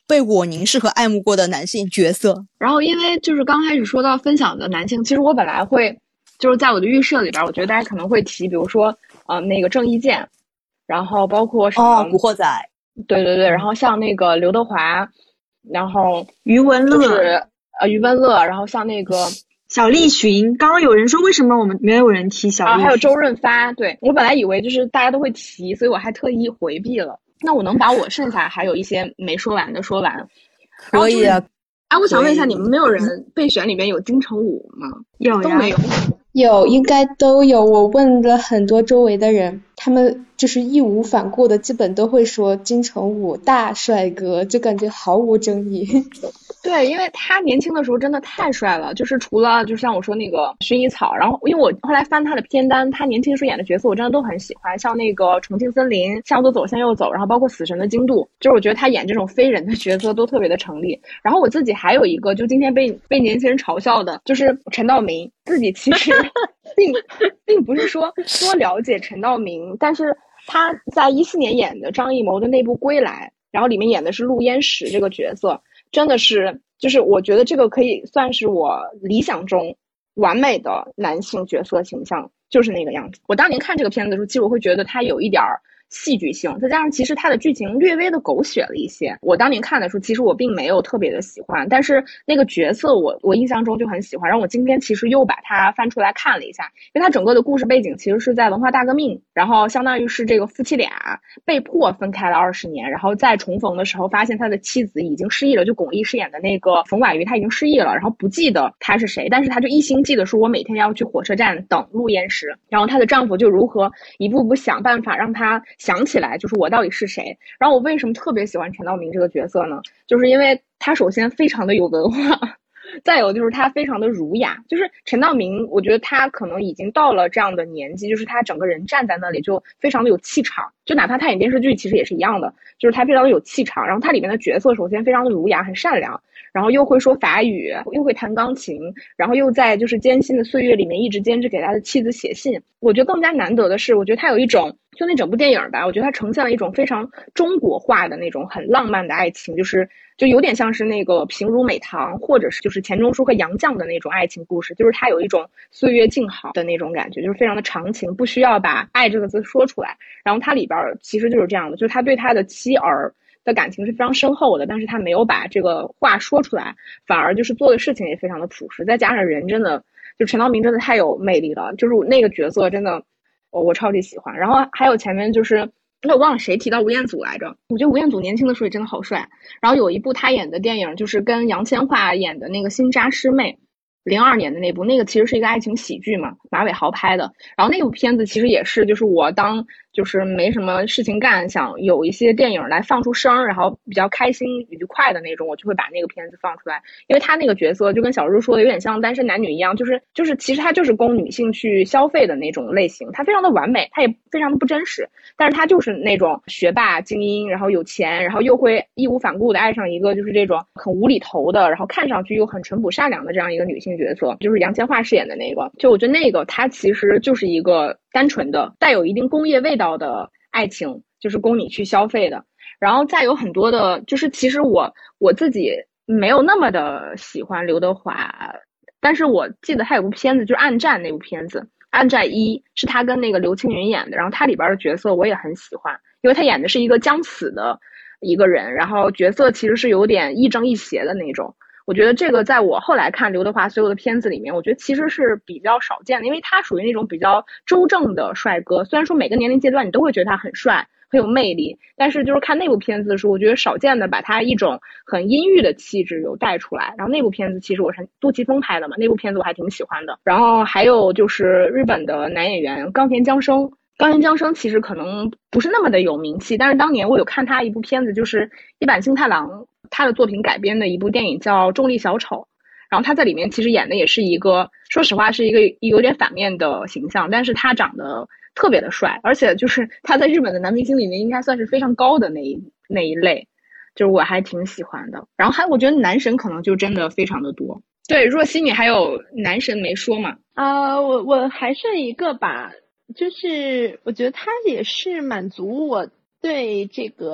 被我凝视和爱慕过的男性角色。 然后因为就是刚开始说到分享的男性，其实我本来会就是在我的预设里边，我觉得大家可能会提，比如说呃那个郑伊健，然后包括什么哦古惑仔， 对对对，然后像那个刘德华，然后余文乐， 就是呃余文乐，然后像那个小栗旬。刚刚有人说为什么我们没有人提小栗旬？ 啊，还有周润发。对，我本来以为就是大家都会提，所以我还特意回避了。那我能把我剩下还有一些没说完的说完。 可以啊。 哎，我想问一下，你们没有人备选里面有金城武吗？ 有呀， 都没有。 有，应该都有。我问了很多周围的人，他们就是义无反顾的，基本都会说金城武大帅哥，就感觉毫无争议。 对，因为他年轻的时候真的太帅了，就是除了就像我说那个薰衣草，然后因为我后来翻他的片单，他年轻时候演的角色我真的都很喜欢，像那个重庆森林、向左走向右走，然后包括死神的精度，就是我觉得他演这种非人的角色都特别的成立。然后我自己还有一个就今天被被年轻人嘲笑的，就是陈道明，自己其实并并不是说多了解陈道明，但是他在一四年演的张艺谋的那部《归来》，然后里面演的是陆焉识这个角色，真的是就是我觉得这个可以算是我理想中完美的男性角色形象，就是那个样子。我当年看这个片子的时候，其实我会觉得它有一点戏剧性，再加上其实它的剧情略微的狗血了一些。我当年看的时候，其实我并没有特别的喜欢，但是那个角色我我印象中就很喜欢。然后我今天其实又把它翻出来看了一下，因为它整个的故事背景其实是在文化大革命，然后相当于是这个夫妻俩被迫分开了二十年，然后在重逢的时候发现他的妻子已经失忆了，就巩俐饰演的那个冯婉瑜她已经失忆了，然后不记得他是谁，但是他就一心记得说我每天要去火车站等陆焉识，然后她的丈夫就如何一步步想办法让她想起来就是我到底是谁。然后我为什么特别喜欢陈道明这个角色呢？就是因为他首先非常的有文化，再有就是他非常的儒雅，就是陈道明我觉得他可能已经到了这样的年纪，就是他整个人站在那里就非常的有气场，就哪怕他演电视剧其实也是一样的，就是他非常的有气场。然后他里面的角色首先非常的儒雅很善良，然后又会说法语，又会弹钢琴，然后又在就是艰辛的岁月里面一直坚持给他的妻子写信。我觉得更加难得的是，我觉得他有一种就那整部电影吧，我觉得它呈现了一种非常中国化的那种很浪漫的爱情，就是就有点像是那个平如美棠，或者是就是钱钟书和杨绛的那种爱情故事，就是它有一种岁月静好的那种感觉，就是非常的长情，不需要把爱这个字说出来。然后它里边其实就是这样的，就是他对他的妻儿的感情是非常深厚的，但是他没有把这个话说出来，反而就是做的事情也非常的朴实，再加上人真的就陈道明真的太有魅力了，就是那个角色真的我我超级喜欢。然后还有前面就是我忘了谁提到吴彦祖来着，我觉得吴彦祖年轻的时候也真的好帅。然后有一部他演的电影就是跟杨千嬅演的那个《新扎师妹》，零二年的那部，那个其实是一个爱情喜剧嘛，马伟豪拍的。然后那部片子其实也是就是我当就是没什么事情干，想有一些电影来放出声，然后比较开心愉快的那种，我就会把那个片子放出来。因为他那个角色就跟小茹说的有点像单身男女一样，就是就是其实他就是供女性去消费的那种类型，他非常的完美，他也非常的不真实，但是他就是那种学霸精英，然后有钱，然后又会义无反顾的爱上一个就是这种很无厘头的，然后看上去又很淳朴善良的这样一个女性角色，就是杨千嬅饰演的那个。就我觉得那个他其实就是一个单纯的带有一定工业味道的爱情，就是供你去消费的。然后再有很多的就是其实我我自己没有那么的喜欢刘德华，但是我记得他有部片子就是暗战，那部片子暗战一是他跟那个刘青云演的，然后他里边的角色我也很喜欢，因为他演的是一个将死的一个人，然后角色其实是有点亦正亦邪的那种。我觉得这个在我后来看刘德华所有的片子里面，我觉得其实是比较少见的，因为他属于那种比较周正的帅哥，虽然说每个年龄阶段你都会觉得他很帅很有魅力，但是就是看那部片子的时候，我觉得少见的把他一种很阴郁的气质有带出来。然后那部片子其实我是杜琪峰拍的嘛，那部片子我还挺喜欢的。然后还有就是日本的男演员冈田将生，冈田将生其实可能不是那么的有名气，但是当年我有看他一部片子，就是一坂幸太郎他的作品改编的一部电影叫《重力小丑》，然后他在里面其实演的也是一个，说实话是一个有点反面的形象，但是他长得特别的帅，而且就是他在日本的男明星里面应该算是非常高的那一那一类，就是我还挺喜欢的。然后还我觉得男神可能就真的非常的多。对，若曦你还有男神没说嘛？ 啊、呃，我我还剩一个吧，就是我觉得他也是满足我对这个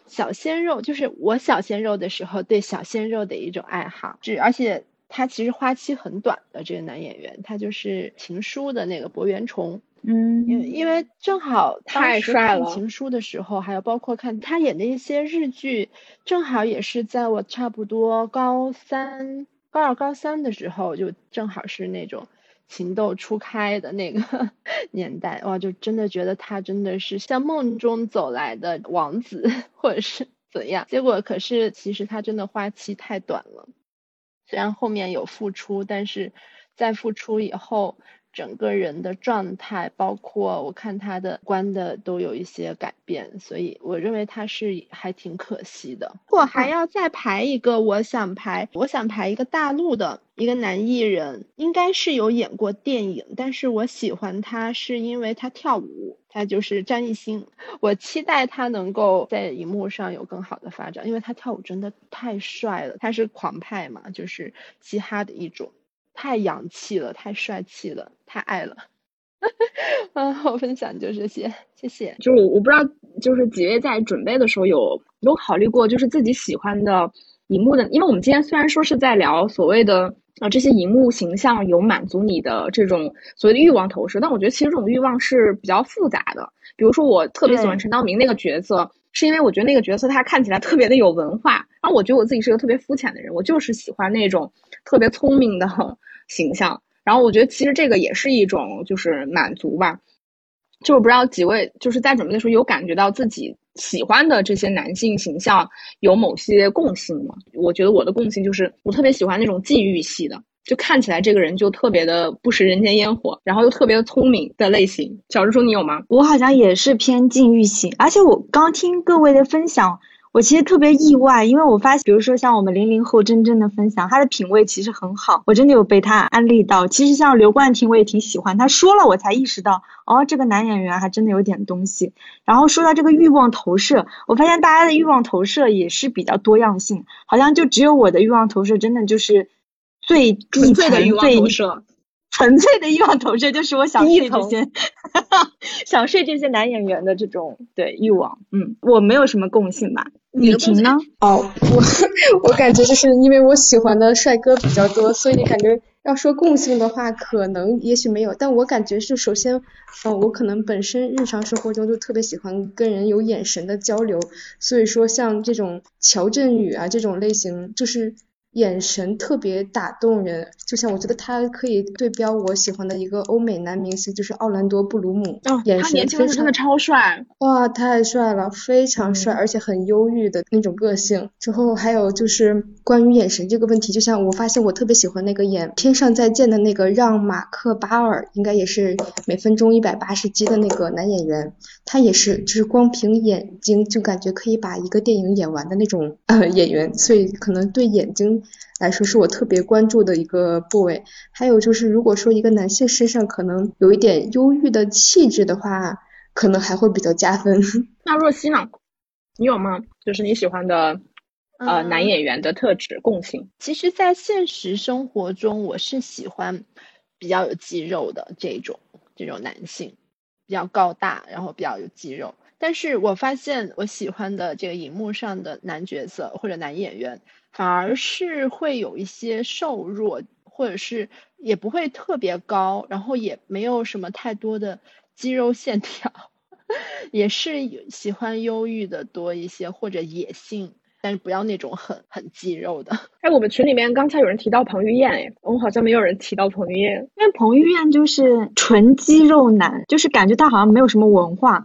小鲜肉，就是我小鲜肉的时候对小鲜肉的一种爱好，是而且他其实花期很短的这个男演员，他就是情书的那个柏原崇。 嗯， 因为因为正好太帅了， 看情书的时候，还有包括看他演的一些日剧，正好也是在我差不多高三、高二、高三的时候，就正好是那种情窦初开的那个年代，哇，就真的觉得他真的是像梦中走来的王子，或者是怎样。结果可是其实他真的花期太短了，虽然后面有复出，但是在复出以后，整个人的状态，包括我看他的观的都有一些改变，所以我认为他是还挺可惜的。我还要再排一个，我想排，我想排一个大陆的一个男艺人，应该是有演过电影，但是我喜欢他是因为他跳舞，他就是张艺兴。我期待他能够在荧幕上有更好的发展，因为他跳舞真的太帅了，他是狂派嘛，就是嘻哈的一种。太洋气了，太帅气了，太爱了。嗯，我分享就这些，谢谢。 就是我我不知道，就是几位在准备的时候有有考虑过，就是自己喜欢的荧幕的，因为我们今天虽然说是在聊所谓的呃这些荧幕形象有满足你的这种所谓的欲望投射，但我觉得其实这种欲望是比较复杂的。比如说我特别喜欢陈道明那个角色，是因为我觉得那个角色他看起来特别的有文化，然后我觉得我自己是个特别肤浅的人，我就是喜欢那种特别聪明的形象，然后我觉得其实这个也是一种就是满足吧。就我不知道几位就是在准备的时候有感觉到自己喜欢的这些男性形象有某些共性吗？我觉得我的共性就是我特别喜欢那种禁欲系的，就看起来这个人就特别的不食人间烟火，然后又特别的聪明的类型。小猪猪你有吗？ 我好像也是偏禁欲型，而且我刚听各位的分享，我其实特别意外，因为我发现比如说像我们零零后真正的分享，他的品味其实很好，我真的有被他安利到。其实像刘冠廷我也挺喜欢，他说了我才意识到，哦，这个男演员还真的有点东西。然后说到这个欲望投射，我发现大家的欲望投射也是比较多样性，好像就只有我的欲望投射真的就是最纯粹的欲望投射， 纯粹的欲望投射就是我想睡这些想睡这些男演员的这种对欲望。嗯，我没有什么共性吧。雨婷呢？ 哦，我我感觉就是因为我喜欢的帅哥比较多，所以感觉要说共性的话，可能也许没有，但我感觉是首先，嗯、呃，我可能本身日常生活中就特别喜欢跟人有眼神的交流，所以说像这种乔振宇啊这种类型，就是眼神特别打动人，就像我觉得他可以对标我喜欢的一个欧美男明星，就是奥兰多·布鲁姆。 哦， 眼神他年轻的时候真的超帅， 哇，太帅了，非常帅，嗯、而且很忧郁的那种个性。之后还有就是关于眼神这个问题，就像我发现我特别喜欢那个演《天上再见》的那个让·马克巴尔，应该也是每分钟一百八十集的那个男演员，他也是就是光凭眼睛就感觉可以把一个电影演完的那种呃演员，所以可能对眼睛来说是我特别关注的一个部位。还有就是如果说一个男性身上可能有一点忧郁的气质的话，可能还会比较加分。 那若曦呢？你有吗？就是你喜欢的呃、嗯、男演员的特质共性？ 其实在现实生活中我是喜欢比较有肌肉的这种这种男性，比较高大然后比较有肌肉。但是我发现我喜欢的这个荧幕上的男角色或者男演员反而是会有一些瘦弱，或者是也不会特别高，然后也没有什么太多的肌肉线条，也是喜欢忧郁的多一些，或者野性，但是不要那种很很肌肉的。 哎，我们群里面刚才有人提到彭于晏，哎，我们好像没有人提到彭于晏， 因为彭于晏就是纯肌肉男，就是感觉他好像没有什么文化。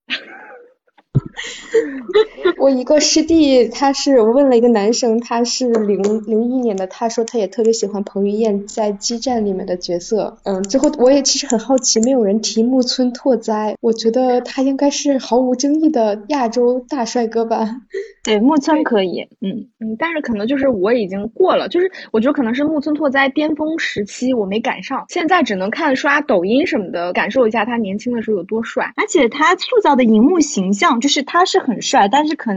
我一个师弟，他是我问了一个男生，他是零零一年的，他说他也特别喜欢彭于晏在激战里面的角色。嗯，之后我也其实很好奇，没有人提木村拓哉，我觉得他应该是毫无争议的亚洲大帅哥吧。 对，木村可以，嗯嗯，但是可能就是我已经过了，就是我觉得可能是木村拓哉巅峰时期我没赶上，现在只能看刷抖音什么的，感受一下他年轻的时候有多帅。 而且他塑造的荧幕形象，就是他是很帅，但是可能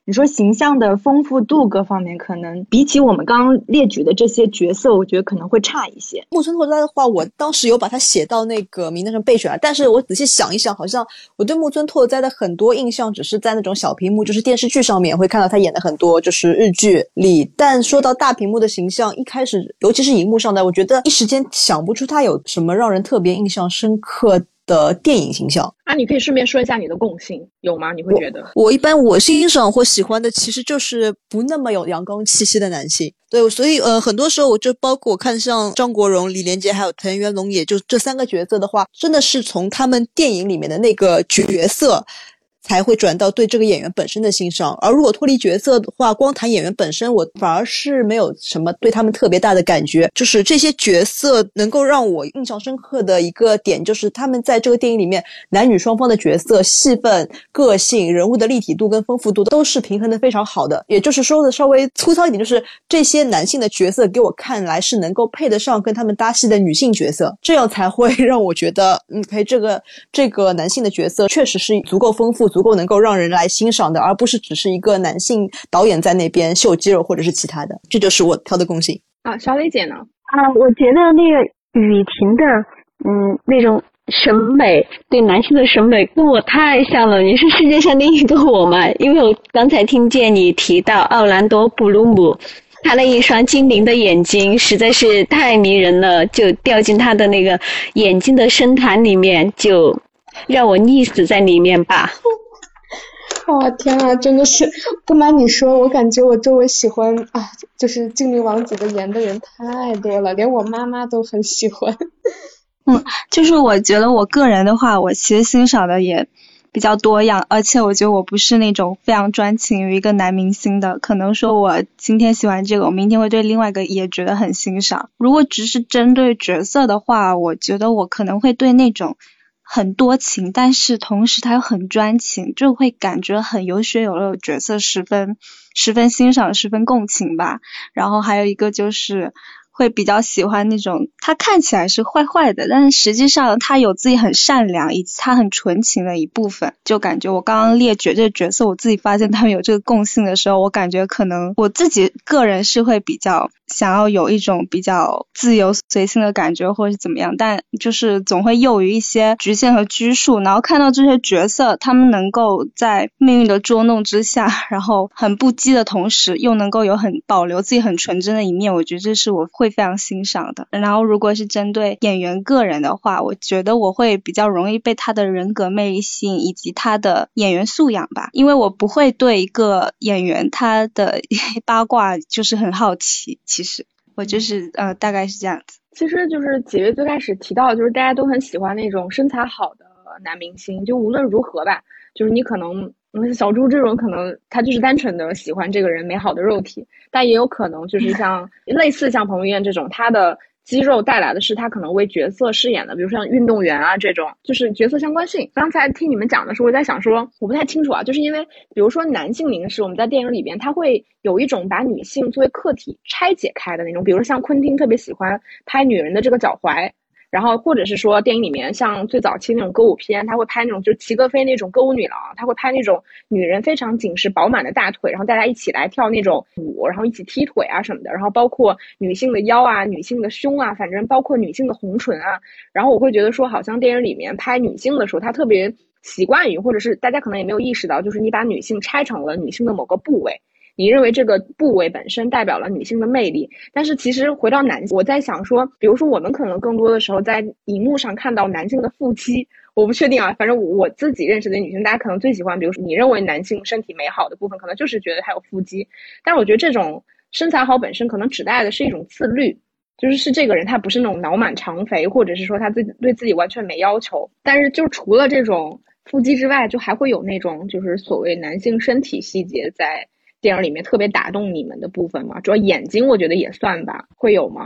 你说形象的丰富度各方面，可能比起我们刚刚列举的这些角色，我觉得可能会差一些。 木村拓哉的话，我当时有把他写到那个名单上备选，但是我仔细想一想，好像我对木村拓哉的很多印象只是在那种小屏幕，就是电视剧上面会看到他演的很多就是日剧里，但说到大屏幕的形象，一开始尤其是荧幕上的，我觉得一时间想不出他有什么让人特别印象深刻的电影形象啊。你可以顺便说一下你的共性有吗？你会觉得我, 我一般我欣赏或喜欢的其实就是不那么有阳光气息的男性。对，所以呃，很多时候我就包括我看像张国荣、李连杰还有藤原龙也，就这三个角色的话，真的是从他们电影里面的那个角色才会转到对这个演员本身的欣赏。而如果脱离角色的话，光谈演员本身，我反而是没有什么对他们特别大的感觉。就是这些角色能够让我印象深刻的一个点，就是他们在这个电影里面男女双方的角色戏份、个性、人物的立体度跟丰富度都是平衡的非常好的。也就是说的稍微粗糙一点，就是这些男性的角色给我看来是能够配得上跟他们搭戏的女性角色，这样才会让我觉得嗯，可以这个这个男性的角色确实是足够丰富，足够能够让人来欣赏的，而不是只是一个男性导演在那边秀肌肉或者是其他的。这就是我挑的共性啊。小磊姐呢？ 啊，我觉得那个雨婷的嗯那种审美，对男性的审美跟我太像了，你是世界上另一个我嘛。因为我刚才听见你提到奥兰多·布鲁姆，他那一双精灵的眼睛实在是太迷人了，就掉进他的那个眼睛的深潭里面，就让我溺死在里面吧。 哦天啊，真的是不瞒你说，我感觉我周围喜欢啊，就是精灵王子的颜的人太多了，连我妈妈都很喜欢。 嗯，就是我觉得我个人的话，我其实欣赏的也比较多样，而且我觉得我不是那种非常专情于一个男明星的，可能说我今天喜欢这个，我明天会对另外一个也觉得很欣赏。如果只是针对角色的话，我觉得我可能会对那种很多情但是同时他又很专情，就会感觉很有血有肉的角色十分十分欣赏，十分共情吧。然后还有一个就是会比较喜欢那种他看起来是坏坏的，但是实际上他有自己很善良以及他很纯情的一部分。就感觉我刚刚列举这个角色，我自己发现他们有这个共性的时候，我感觉可能我自己个人是会比较想要有一种比较自由随性的感觉或者是怎么样，但就是总会囿于一些局限和拘束。然后看到这些角色他们能够在命运的捉弄之下，然后很不羁的同时又能够有很保留自己很纯真的一面，我觉得这是我会非常欣赏的。然后如果是针对演员个人的话，我觉得我会比较容易被他的人格魅力吸引以及他的演员素养吧，因为我不会对一个演员他的八卦就是很好奇，其实我就是呃大概是这样子。 其实就是几位最开始提到，就是大家都很喜欢那种身材好的男明星，就无论如何吧，就是你可能嗯小猪这种可能他就是单纯的喜欢这个人美好的肉体，但也有可能就是像类似像彭于晏这种，他的肌肉带来的是他可能为角色饰演的，比如像运动员啊这种，就是角色相关性。刚才听你们讲的时候，我在想说，我不太清楚啊，就是因为比如说男性凝视，我们在电影里边他会有一种把女性作为客体拆解开的那种，比如说像昆汀特别喜欢拍女人的这个脚踝，然后或者是说电影里面像最早期那种歌舞片，他会拍那种就是齐格飞那种歌舞女郎，他会拍那种女人非常紧实饱满的大腿，然后大家一起来跳那种舞，然后一起踢腿啊什么的，然后包括女性的腰啊、女性的胸啊，反正包括女性的红唇啊。然后我会觉得说好像电影里面拍女性的时候，他特别习惯于，或者是大家可能也没有意识到，就是你把女性拆成了女性的某个部位，你认为这个部位本身代表了女性的魅力，但是其实回到男性，我在想说，比如说我们可能更多的时候在荧幕上看到男性的腹肌，我不确定啊，反正我自己认识的女性，大家可能最喜欢，比如说你认为男性身体美好的部分，可能就是觉得他有腹肌，但是我觉得这种身材好本身可能指代的是一种自律，就是是这个人他不是那种脑满肠肥，或者是说他对对自己完全没要求，但是就除了这种腹肌之外，就还会有那种就是所谓男性身体细节在电影里面特别打动你们的部分吗？主要眼睛我觉得也算吧，会有吗？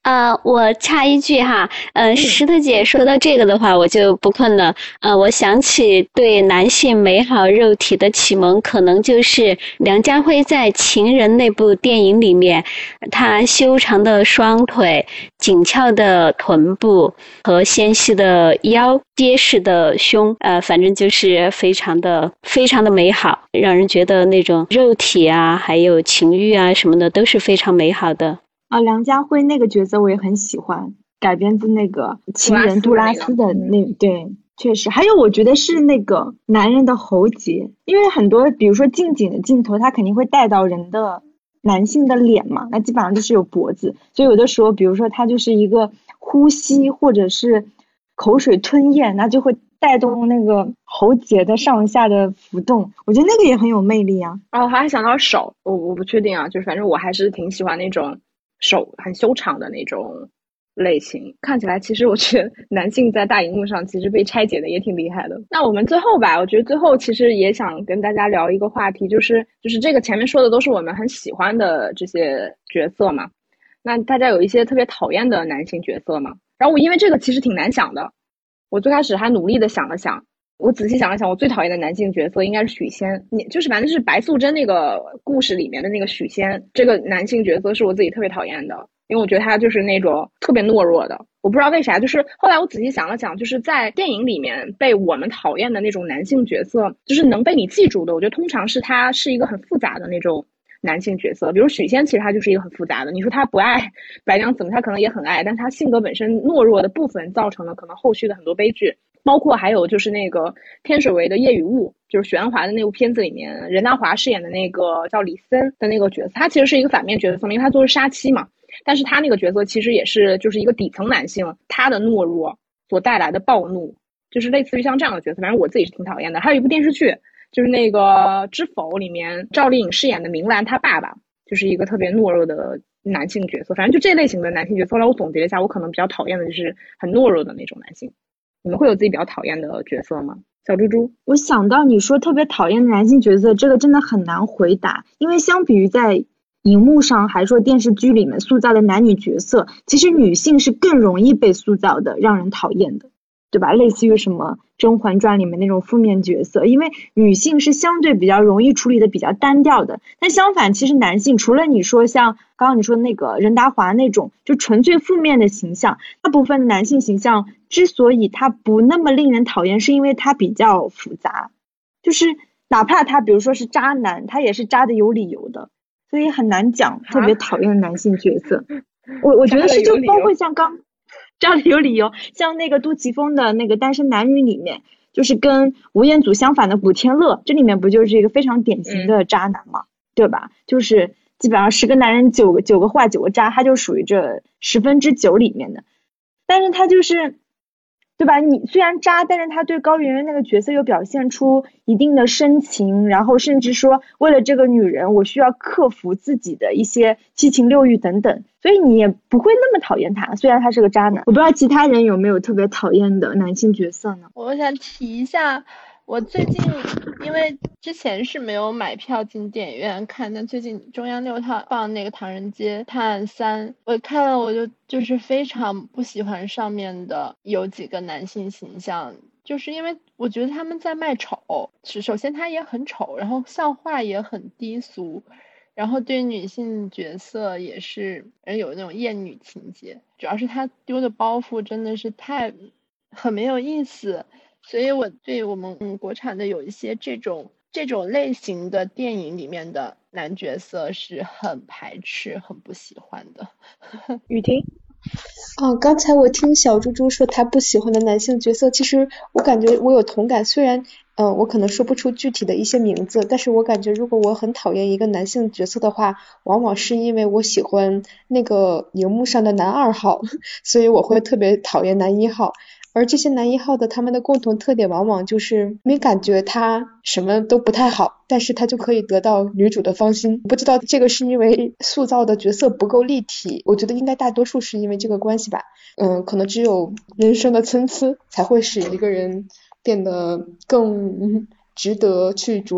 呃，我插一句哈，呃，石头姐说到这个的话，我就不困了。呃，我想起对男性美好肉体的启蒙，可能就是梁家辉在《情人》那部电影里面，他修长的双腿、紧俏的臀部和纤细的腰、结实的胸，呃，反正就是非常的、非常的美好，让人觉得那种肉体啊，还有情欲啊什么的都是非常美好的。 啊，梁家辉那个角色我也很喜欢，改编自那个情人杜拉斯的那，对，确实。还有我觉得是那个男人的喉结，因为很多比如说近景的镜头，它肯定会带到人的男性的脸嘛，那基本上就是有脖子，所以有的时候比如说他就是一个呼吸或者是口水吞咽，那就会带动那个喉结的上下的浮动，我觉得那个也很有魅力啊。 哦，我还想到手，我我不确定啊，就是反正我还是挺喜欢那种手很修长的那种类型，看起来其实我觉得男性在大荧幕上其实被拆解的也挺厉害的。那我们最后吧，我觉得最后其实也想跟大家聊一个话题，就是就是这个前面说的都是我们很喜欢的这些角色嘛，那大家有一些特别讨厌的男性角色吗？然后我因为这个其实挺难想的，我最开始还努力的想了想，我仔细想了想，我最讨厌的男性角色应该是许仙，你就是反正是白素贞那个故事里面的那个许仙，这个男性角色是我自己特别讨厌的，因为我觉得他就是那种特别懦弱的，我不知道为啥，就是后来我仔细想了想，就是在电影里面被我们讨厌的那种男性角色，就是能被你记住的，我觉得通常是他是一个很复杂的那种男性角色，比如许仙其实他就是一个很复杂的，你说他不爱白娘子吗？他可能也很爱，但是他性格本身懦弱的部分造成了可能后续的很多悲剧，包括还有就是那个天水围的夜与雾，就是许鞍华的那部片子里面任达华饰演的那个叫李森的那个角色，他其实是一个反面角色，因为他做是杀妻嘛，但是他那个角色其实也是就是一个底层男性，他的懦弱所带来的暴怒，就是类似于像这样的角色，反正我自己是挺讨厌的。还有一部电视剧就是那个《知否》里面赵丽颖饰演的明兰她爸爸，就是一个特别懦弱的男性角色，反正就这类型的男性角色，后来我总结一下，我可能比较讨厌的就是很懦弱的那种男性。你们会有自己比较讨厌的角色吗？小猪猪， 我想到你说特别讨厌的男性角色，这个真的很难回答，因为相比于在荧幕上还说电视剧里面塑造的男女角色，其实女性是更容易被塑造的让人讨厌的，对吧？类似于什么《甄嬛传》里面那种负面角色，因为女性是相对比较容易处理的比较单调的，但相反其实男性除了你说像刚刚你说那个任达华那种就纯粹负面的形象，大部分的男性形象之所以他不那么令人讨厌，是因为他比较复杂，就是哪怕他比如说是渣男，他也是渣的有理由的，所以很难讲特别讨厌的男性角色。我我觉得是就包括像刚渣的有理由，像那个杜琪峰的那个《单身男女》里面，就是跟吴彦祖相反的古天乐，这里面不就是一个非常典型的渣男嘛，嗯、对吧？就是基本上十个男人九个九个坏九个渣，他就属于这十分之九里面的，但是他就是对吧？你虽然渣，但是他对高圆圆那个角色又表现出一定的深情，然后甚至说为了这个女人，我需要克服自己的一些七情六欲等等，所以你也不会那么讨厌他。虽然他是个渣男，我不知道其他人有没有特别讨厌的男性角色呢？ 我想提一下，我最近因为之前是没有买票进电影院看，但最近中央六套放那个《唐人街探案三》，我看了我就就是非常不喜欢上面的有几个男性形象，就是因为我觉得他们在卖丑，是首先他也很丑，然后笑话也很低俗，然后对女性角色也是有那种厌女情节，主要是他丢的包袱真的是太很没有意思，所以我对我们嗯国产的有一些这种这种类型的电影里面的男角色是很排斥很不喜欢的。 雨婷， 哦，刚才我听小猪猪说他不喜欢的男性角色，其实我感觉我有同感，虽然呃我可能说不出具体的一些名字，但是我感觉如果我很讨厌一个男性角色的话，往往是因为我喜欢那个荧幕上的男二号，所以我会特别讨厌男一号。而这些男一号的他们的共同特点往往就是没感觉他什么都不太好，但是他就可以得到女主的芳心。不知道这个是因为塑造的角色不够立体，我觉得应该大多数是因为这个关系吧。嗯，可能只有人生的参差才会使一个人变得更值得去琢磨。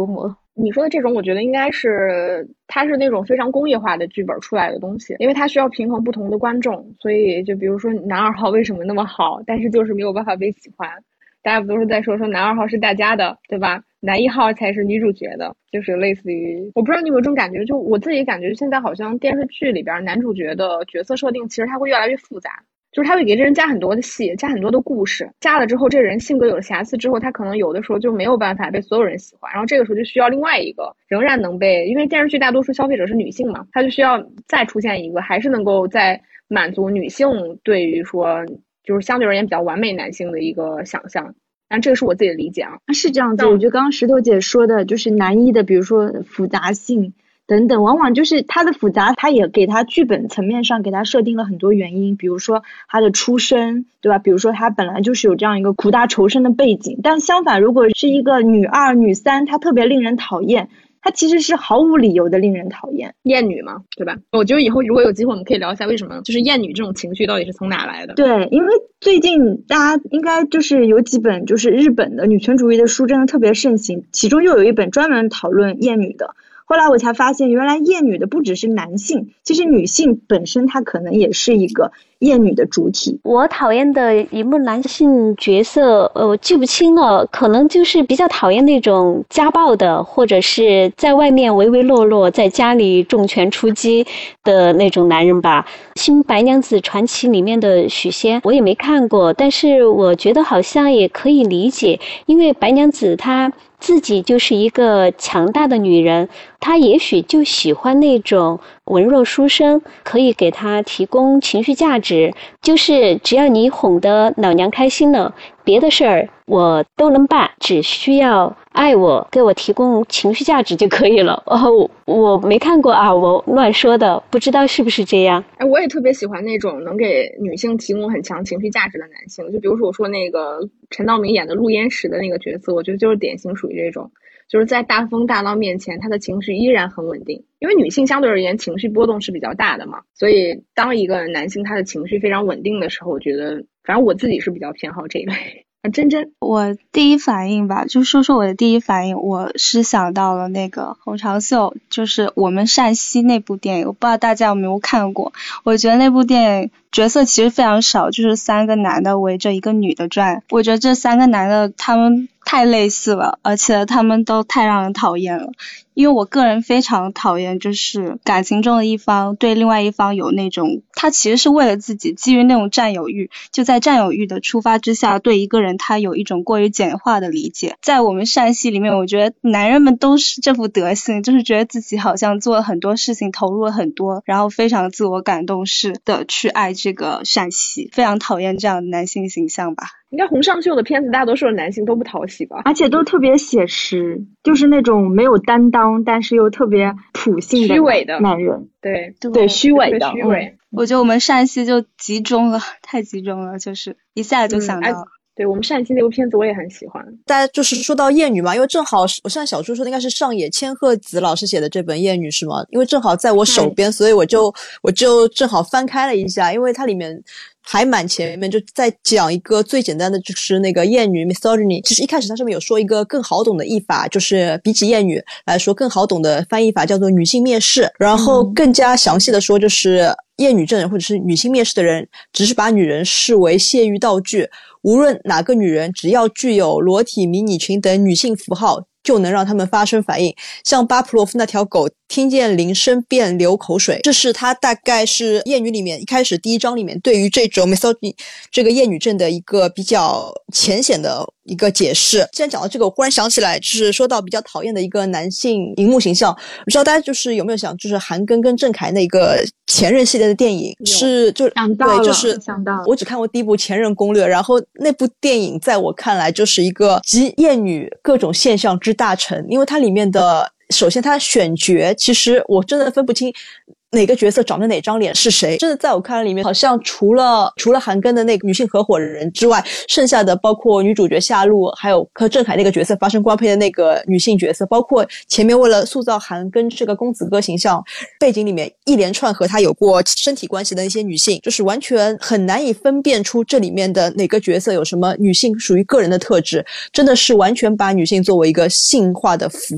你说的这种我觉得应该是它是那种非常工业化的剧本出来的东西，因为它需要平衡不同的观众，所以就比如说男二号为什么那么好，但是就是没有办法被喜欢，大家不都是在说说男二号是大家的，对吧？男一号才是女主角的，就是类似于，我不知道你有没有这种感觉，就我自己感觉现在好像电视剧里边男主角的角色设定其实它会越来越复杂，就是他会给这人加很多的戏，加很多的故事，加了之后这人性格有了瑕疵之后，他可能有的时候就没有办法被所有人喜欢，然后这个时候就需要另外一个仍然能被，因为电视剧大多数消费者是女性嘛，他就需要再出现一个还是能够在满足女性对于说就是相对而言比较完美男性的一个想象。但这个是我自己的理解啊。 是这样子，我觉得刚刚石头姐说的就是男一的比如说复杂性等等，往往就是它的复杂，它也给它剧本层面上给它设定了很多原因，比如说他的出身，对吧？比如说他本来就是有这样一个苦大仇深的背景，但相反如果是一个女二女三，她特别令人讨厌，她其实是毫无理由的令人讨厌， 厌女嘛，对吧？我觉得以后如果有机会我们可以聊一下为什么就是厌女这种情绪到底是从哪来的。 对，因为最近大家应该就是有几本就是日本的女权主义的书真的特别盛行，其中又有一本专门讨论厌女的，后来我才发现原来厌女的不只是男性，其实女性本身她可能也是一个厌女的主体。 我讨厌的一幕男性角色呃，我记不清了，可能就是比较讨厌那种家暴的，或者是在外面唯唯诺诺，在家里重拳出击的那种男人吧。新白娘子传奇里面的许仙我也没看过，但是我觉得好像也可以理解，因为白娘子她自己就是一个强大的女人，她也许就喜欢那种文弱书生，可以给她提供情绪价值，就是只要你哄得老娘开心了，别的事儿我都能办，只需要爱我，给我提供情绪价值就可以了。哦，我没看过啊，我乱说的，不知道是不是这样。 哎，我也特别喜欢那种能给女性提供很强情绪价值的男性，就比如说我说那个陈道明演的陆焉识的那个角色，我觉得就是典型属于这种，就是在大风大浪面前他的情绪依然很稳定，因为女性相对而言情绪波动是比较大的嘛，所以当一个男性他的情绪非常稳定的时候，我觉得反正我自己是比较偏好这一类。啊，真真， 我第一反应吧，就说说我的第一反应，我是想到了那个洪长秀，就是我们陕西那部电影，我不知道大家有没有看过。我觉得那部电影角色其实非常少，就是三个男的围着一个女的转，我觉得这三个男的他们太类似了，而且他们都太让人讨厌了。因为我个人非常讨厌就是感情中的一方对另外一方有那种，他其实是为了自己，基于那种占有欲，就在占有欲的出发之下，对一个人他有一种过于简化的理解。在我们陕西里面，我觉得男人们都是这副德性，就是觉得自己好像做了很多事情，投入了很多，然后非常自我感动式的去爱这个陕西，非常讨厌这样的男性形象吧。 应该洪尚秀的片子大多数的男性都不讨喜吧， 而且都特别写实，就是那种没有担当但是又特别普性的虚伪的男人， 对对对，虚伪的虚伪、嗯、 我觉得我们陕西就集中了，太集中了，就是一下就想到了、嗯对，我们陕西那部片子我也很喜欢。 大家就是说到厌女嘛，因为正好我像小猪说的应该是上野千鹤子老师写的这本厌女是吗？因为正好在我手边、嗯、所以我就我就正好翻开了一下，因为它里面还蛮前面就在讲一个最简单的就是那个厌女 misogyny， 其实一开始它上面有说一个更好懂的译法，就是比起厌女来说更好懂的翻译法叫做女性蔑视，然后更加详细的说就是厌女症或者是女性蔑视的人只是把女人视为泄欲道具，无论哪个女人只要具有裸体迷你裙等女性符号就能让他们发生反应，像巴甫洛夫那条狗听见铃声便流口水。这是他大概是厌女里面一开始第一章里面对于这种 misogyny 这个厌女症的一个比较浅显的一个解释。既然讲到这个，我忽然想起来就是说到比较讨厌的一个男性荧幕形象，不知道大家就是有没有想就是韩庚跟郑恺那个前任系列的电影是就想到了对就是想到了我只看过第一部前任攻略，然后那部电影在我看来就是一个集厌女各种现象之大成，因为它里面的首先它选角其实我真的分不清哪个角色长着哪张脸是谁，真的在我看来里面好像除了除了韩庚的那个女性合伙人之外，剩下的包括女主角夏露还有和郑恺那个角色发生官配的那个女性角色，包括前面为了塑造韩庚这个公子哥形象背景里面一连串和他有过身体关系的一些女性，就是完全很难以分辨出这里面的哪个角色有什么女性属于个人的特质，真的是完全把女性作为一个性化的符号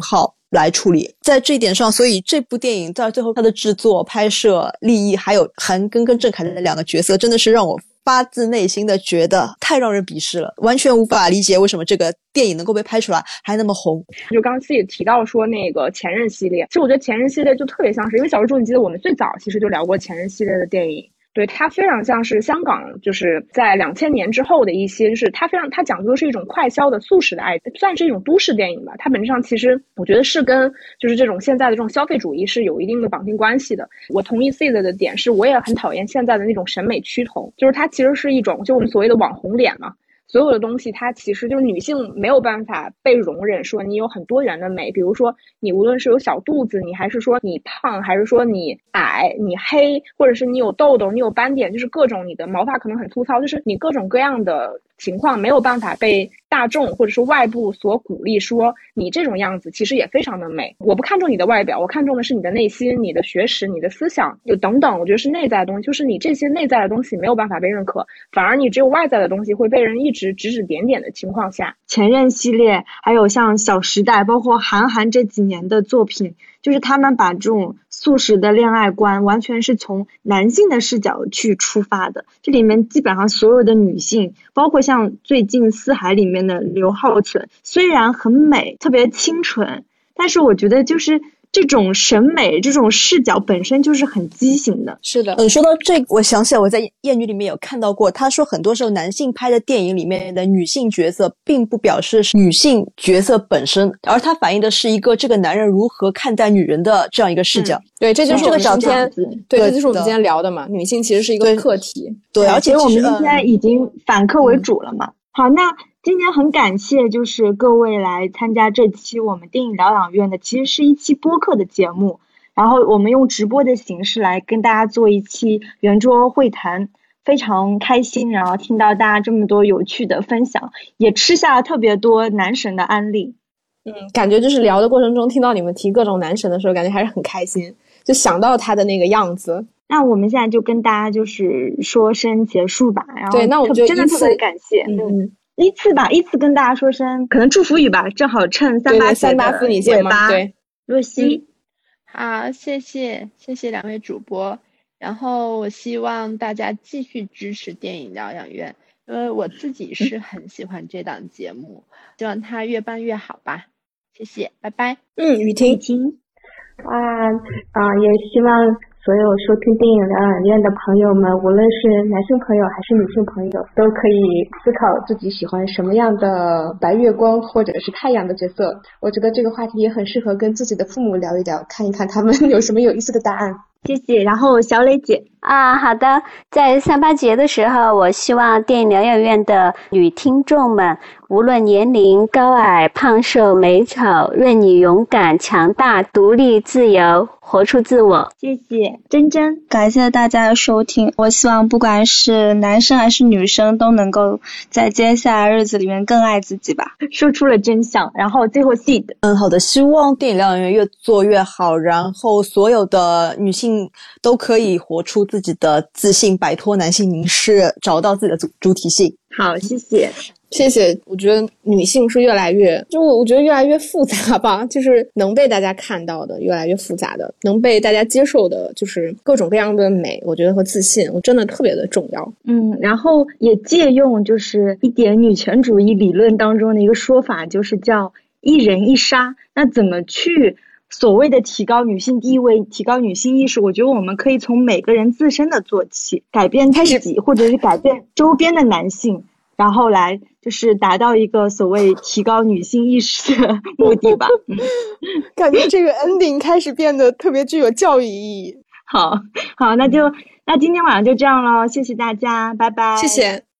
来处理。在这一点上，所以这部电影在最后它的制作、拍摄、立意，还有韩庚跟郑恺的两个角色，真的是让我发自内心的觉得太让人鄙视了，完全无法理解为什么这个电影能够被拍出来还那么红。 就刚刚自己提到说那个前任系列，其实我觉得前任系列就特别像是，因为小时候你记得我们最早其实就聊过前任系列的电影，对，它非常像是香港就是在两千年之后的一些，就是它非常它讲究的是一种快消的速食的爱，算是一种都市电影吧。它本质上其实我觉得是跟就是这种现在的这种消费主义是有一定的绑定关系的。我同意 C 的的点是，我也很讨厌现在的那种审美趋同，就是它其实是一种就我们所谓的网红脸嘛。所有的东西它其实就是女性没有办法被容忍说你有很多元的美，比如说你无论是有小肚子，你还是说你胖，还是说你矮你黑，或者是你有痘痘你有斑点，就是各种你的毛发可能很粗糙，就是你各种各样的情况没有办法被大众或者是外部所鼓励说你这种样子其实也非常的美。我不看重你的外表，我看重的是你的内心，你的学识，你的思想就等等，我觉得是内在的东西，就是你这些内在的东西没有办法被认可，反而你只有外在的东西会被人一直指指点点的情况下， 前任系列还有像小时代包括韩寒这几年的作品，就是他们把这种速食的恋爱观完全是从男性的视角去出发的，这里面基本上所有的女性，包括像最近四海里面的刘浩存，虽然很美特别清纯，但是我觉得就是这种审美这种视角本身就是很畸形的。 是的， 嗯，说到这个，我想起来我在艳女里面有看到过，他说很多时候男性拍的电影里面的女性角色并不表示女性角色本身，而它反映的是一个这个男人如何看待女人的这样一个视角。 嗯、对，这就是我们今天对， 对， 这就是我们今天聊的嘛，女性其实是一个课题。 对，而且我们今天已经反客为主了嘛。嗯、好，那今天很感谢就是各位来参加这期我们电影疗养院的，其实是一期播客的节目，然后我们用直播的形式来跟大家做一期圆桌会谈，非常开心，然后听到大家这么多有趣的分享，也吃下了特别多男神的案例。 嗯，感觉就是聊的过程中听到你们提各种男神的时候，感觉还是很开心，就想到他的那个样子。 那我们现在就跟大家就是说声结束吧，然后对，那我们就真的特别感谢， 嗯嗯， 依次吧，依次跟大家说声可能祝福语吧，正好趁三八三八妇女节嘛，对， 若曦、 嗯，好，谢谢谢谢两位主播，然后我希望大家继续支持电影疗养院，因为我自己是很喜欢这档节目，希望它越办越好吧，谢谢，拜拜。 嗯，雨婷， 雨婷， 啊啊，也希望所有收听电影疗养院的朋友们，无论是男性朋友还是女性朋友，都可以思考自己喜欢什么样的白月光或者是太阳的角色。我觉得这个话题也很适合跟自己的父母聊一聊，看一看他们有什么有意思的答案。 谢谢。然后小磊姐啊，好的，在三八节的时候，我希望电影疗养院的女听众们，无论年龄、高矮、胖瘦、美丑，愿你勇敢、强大、独立、自由，活出自我。 谢谢珍珍， 感谢大家的收听。我希望不管是男生还是女生，都能够在接下来日子里面更爱自己吧。 说出了真相。然后最后 Seed， 嗯，好的，希望电影疗养院越做越好，然后所有的女性都可以活出自己的自信，摆脱男性凝视，找到自己的主主体性。 好，谢谢。 谢谢。我觉得女性是越来越，就我觉得越来越复杂吧，就是能被大家看到的越来越复杂的，能被大家接受的就是各种各样的美，我觉得和自信我真的特别的重要。 嗯，然后也借用就是一点女权主义理论当中的一个说法，就是叫一人一杀。那怎么去所谓的提高女性地位，提高女性意识，我觉得我们可以从每个人自身的做起，改变自己或者是改变周边的男性，然后来就是达到一个所谓提高女性意识的目的吧。嗯、 感觉这个 ending 开始变得特别具有教育意义。 好好，那就那今天晚上就这样咯，谢谢大家，拜拜。 谢谢。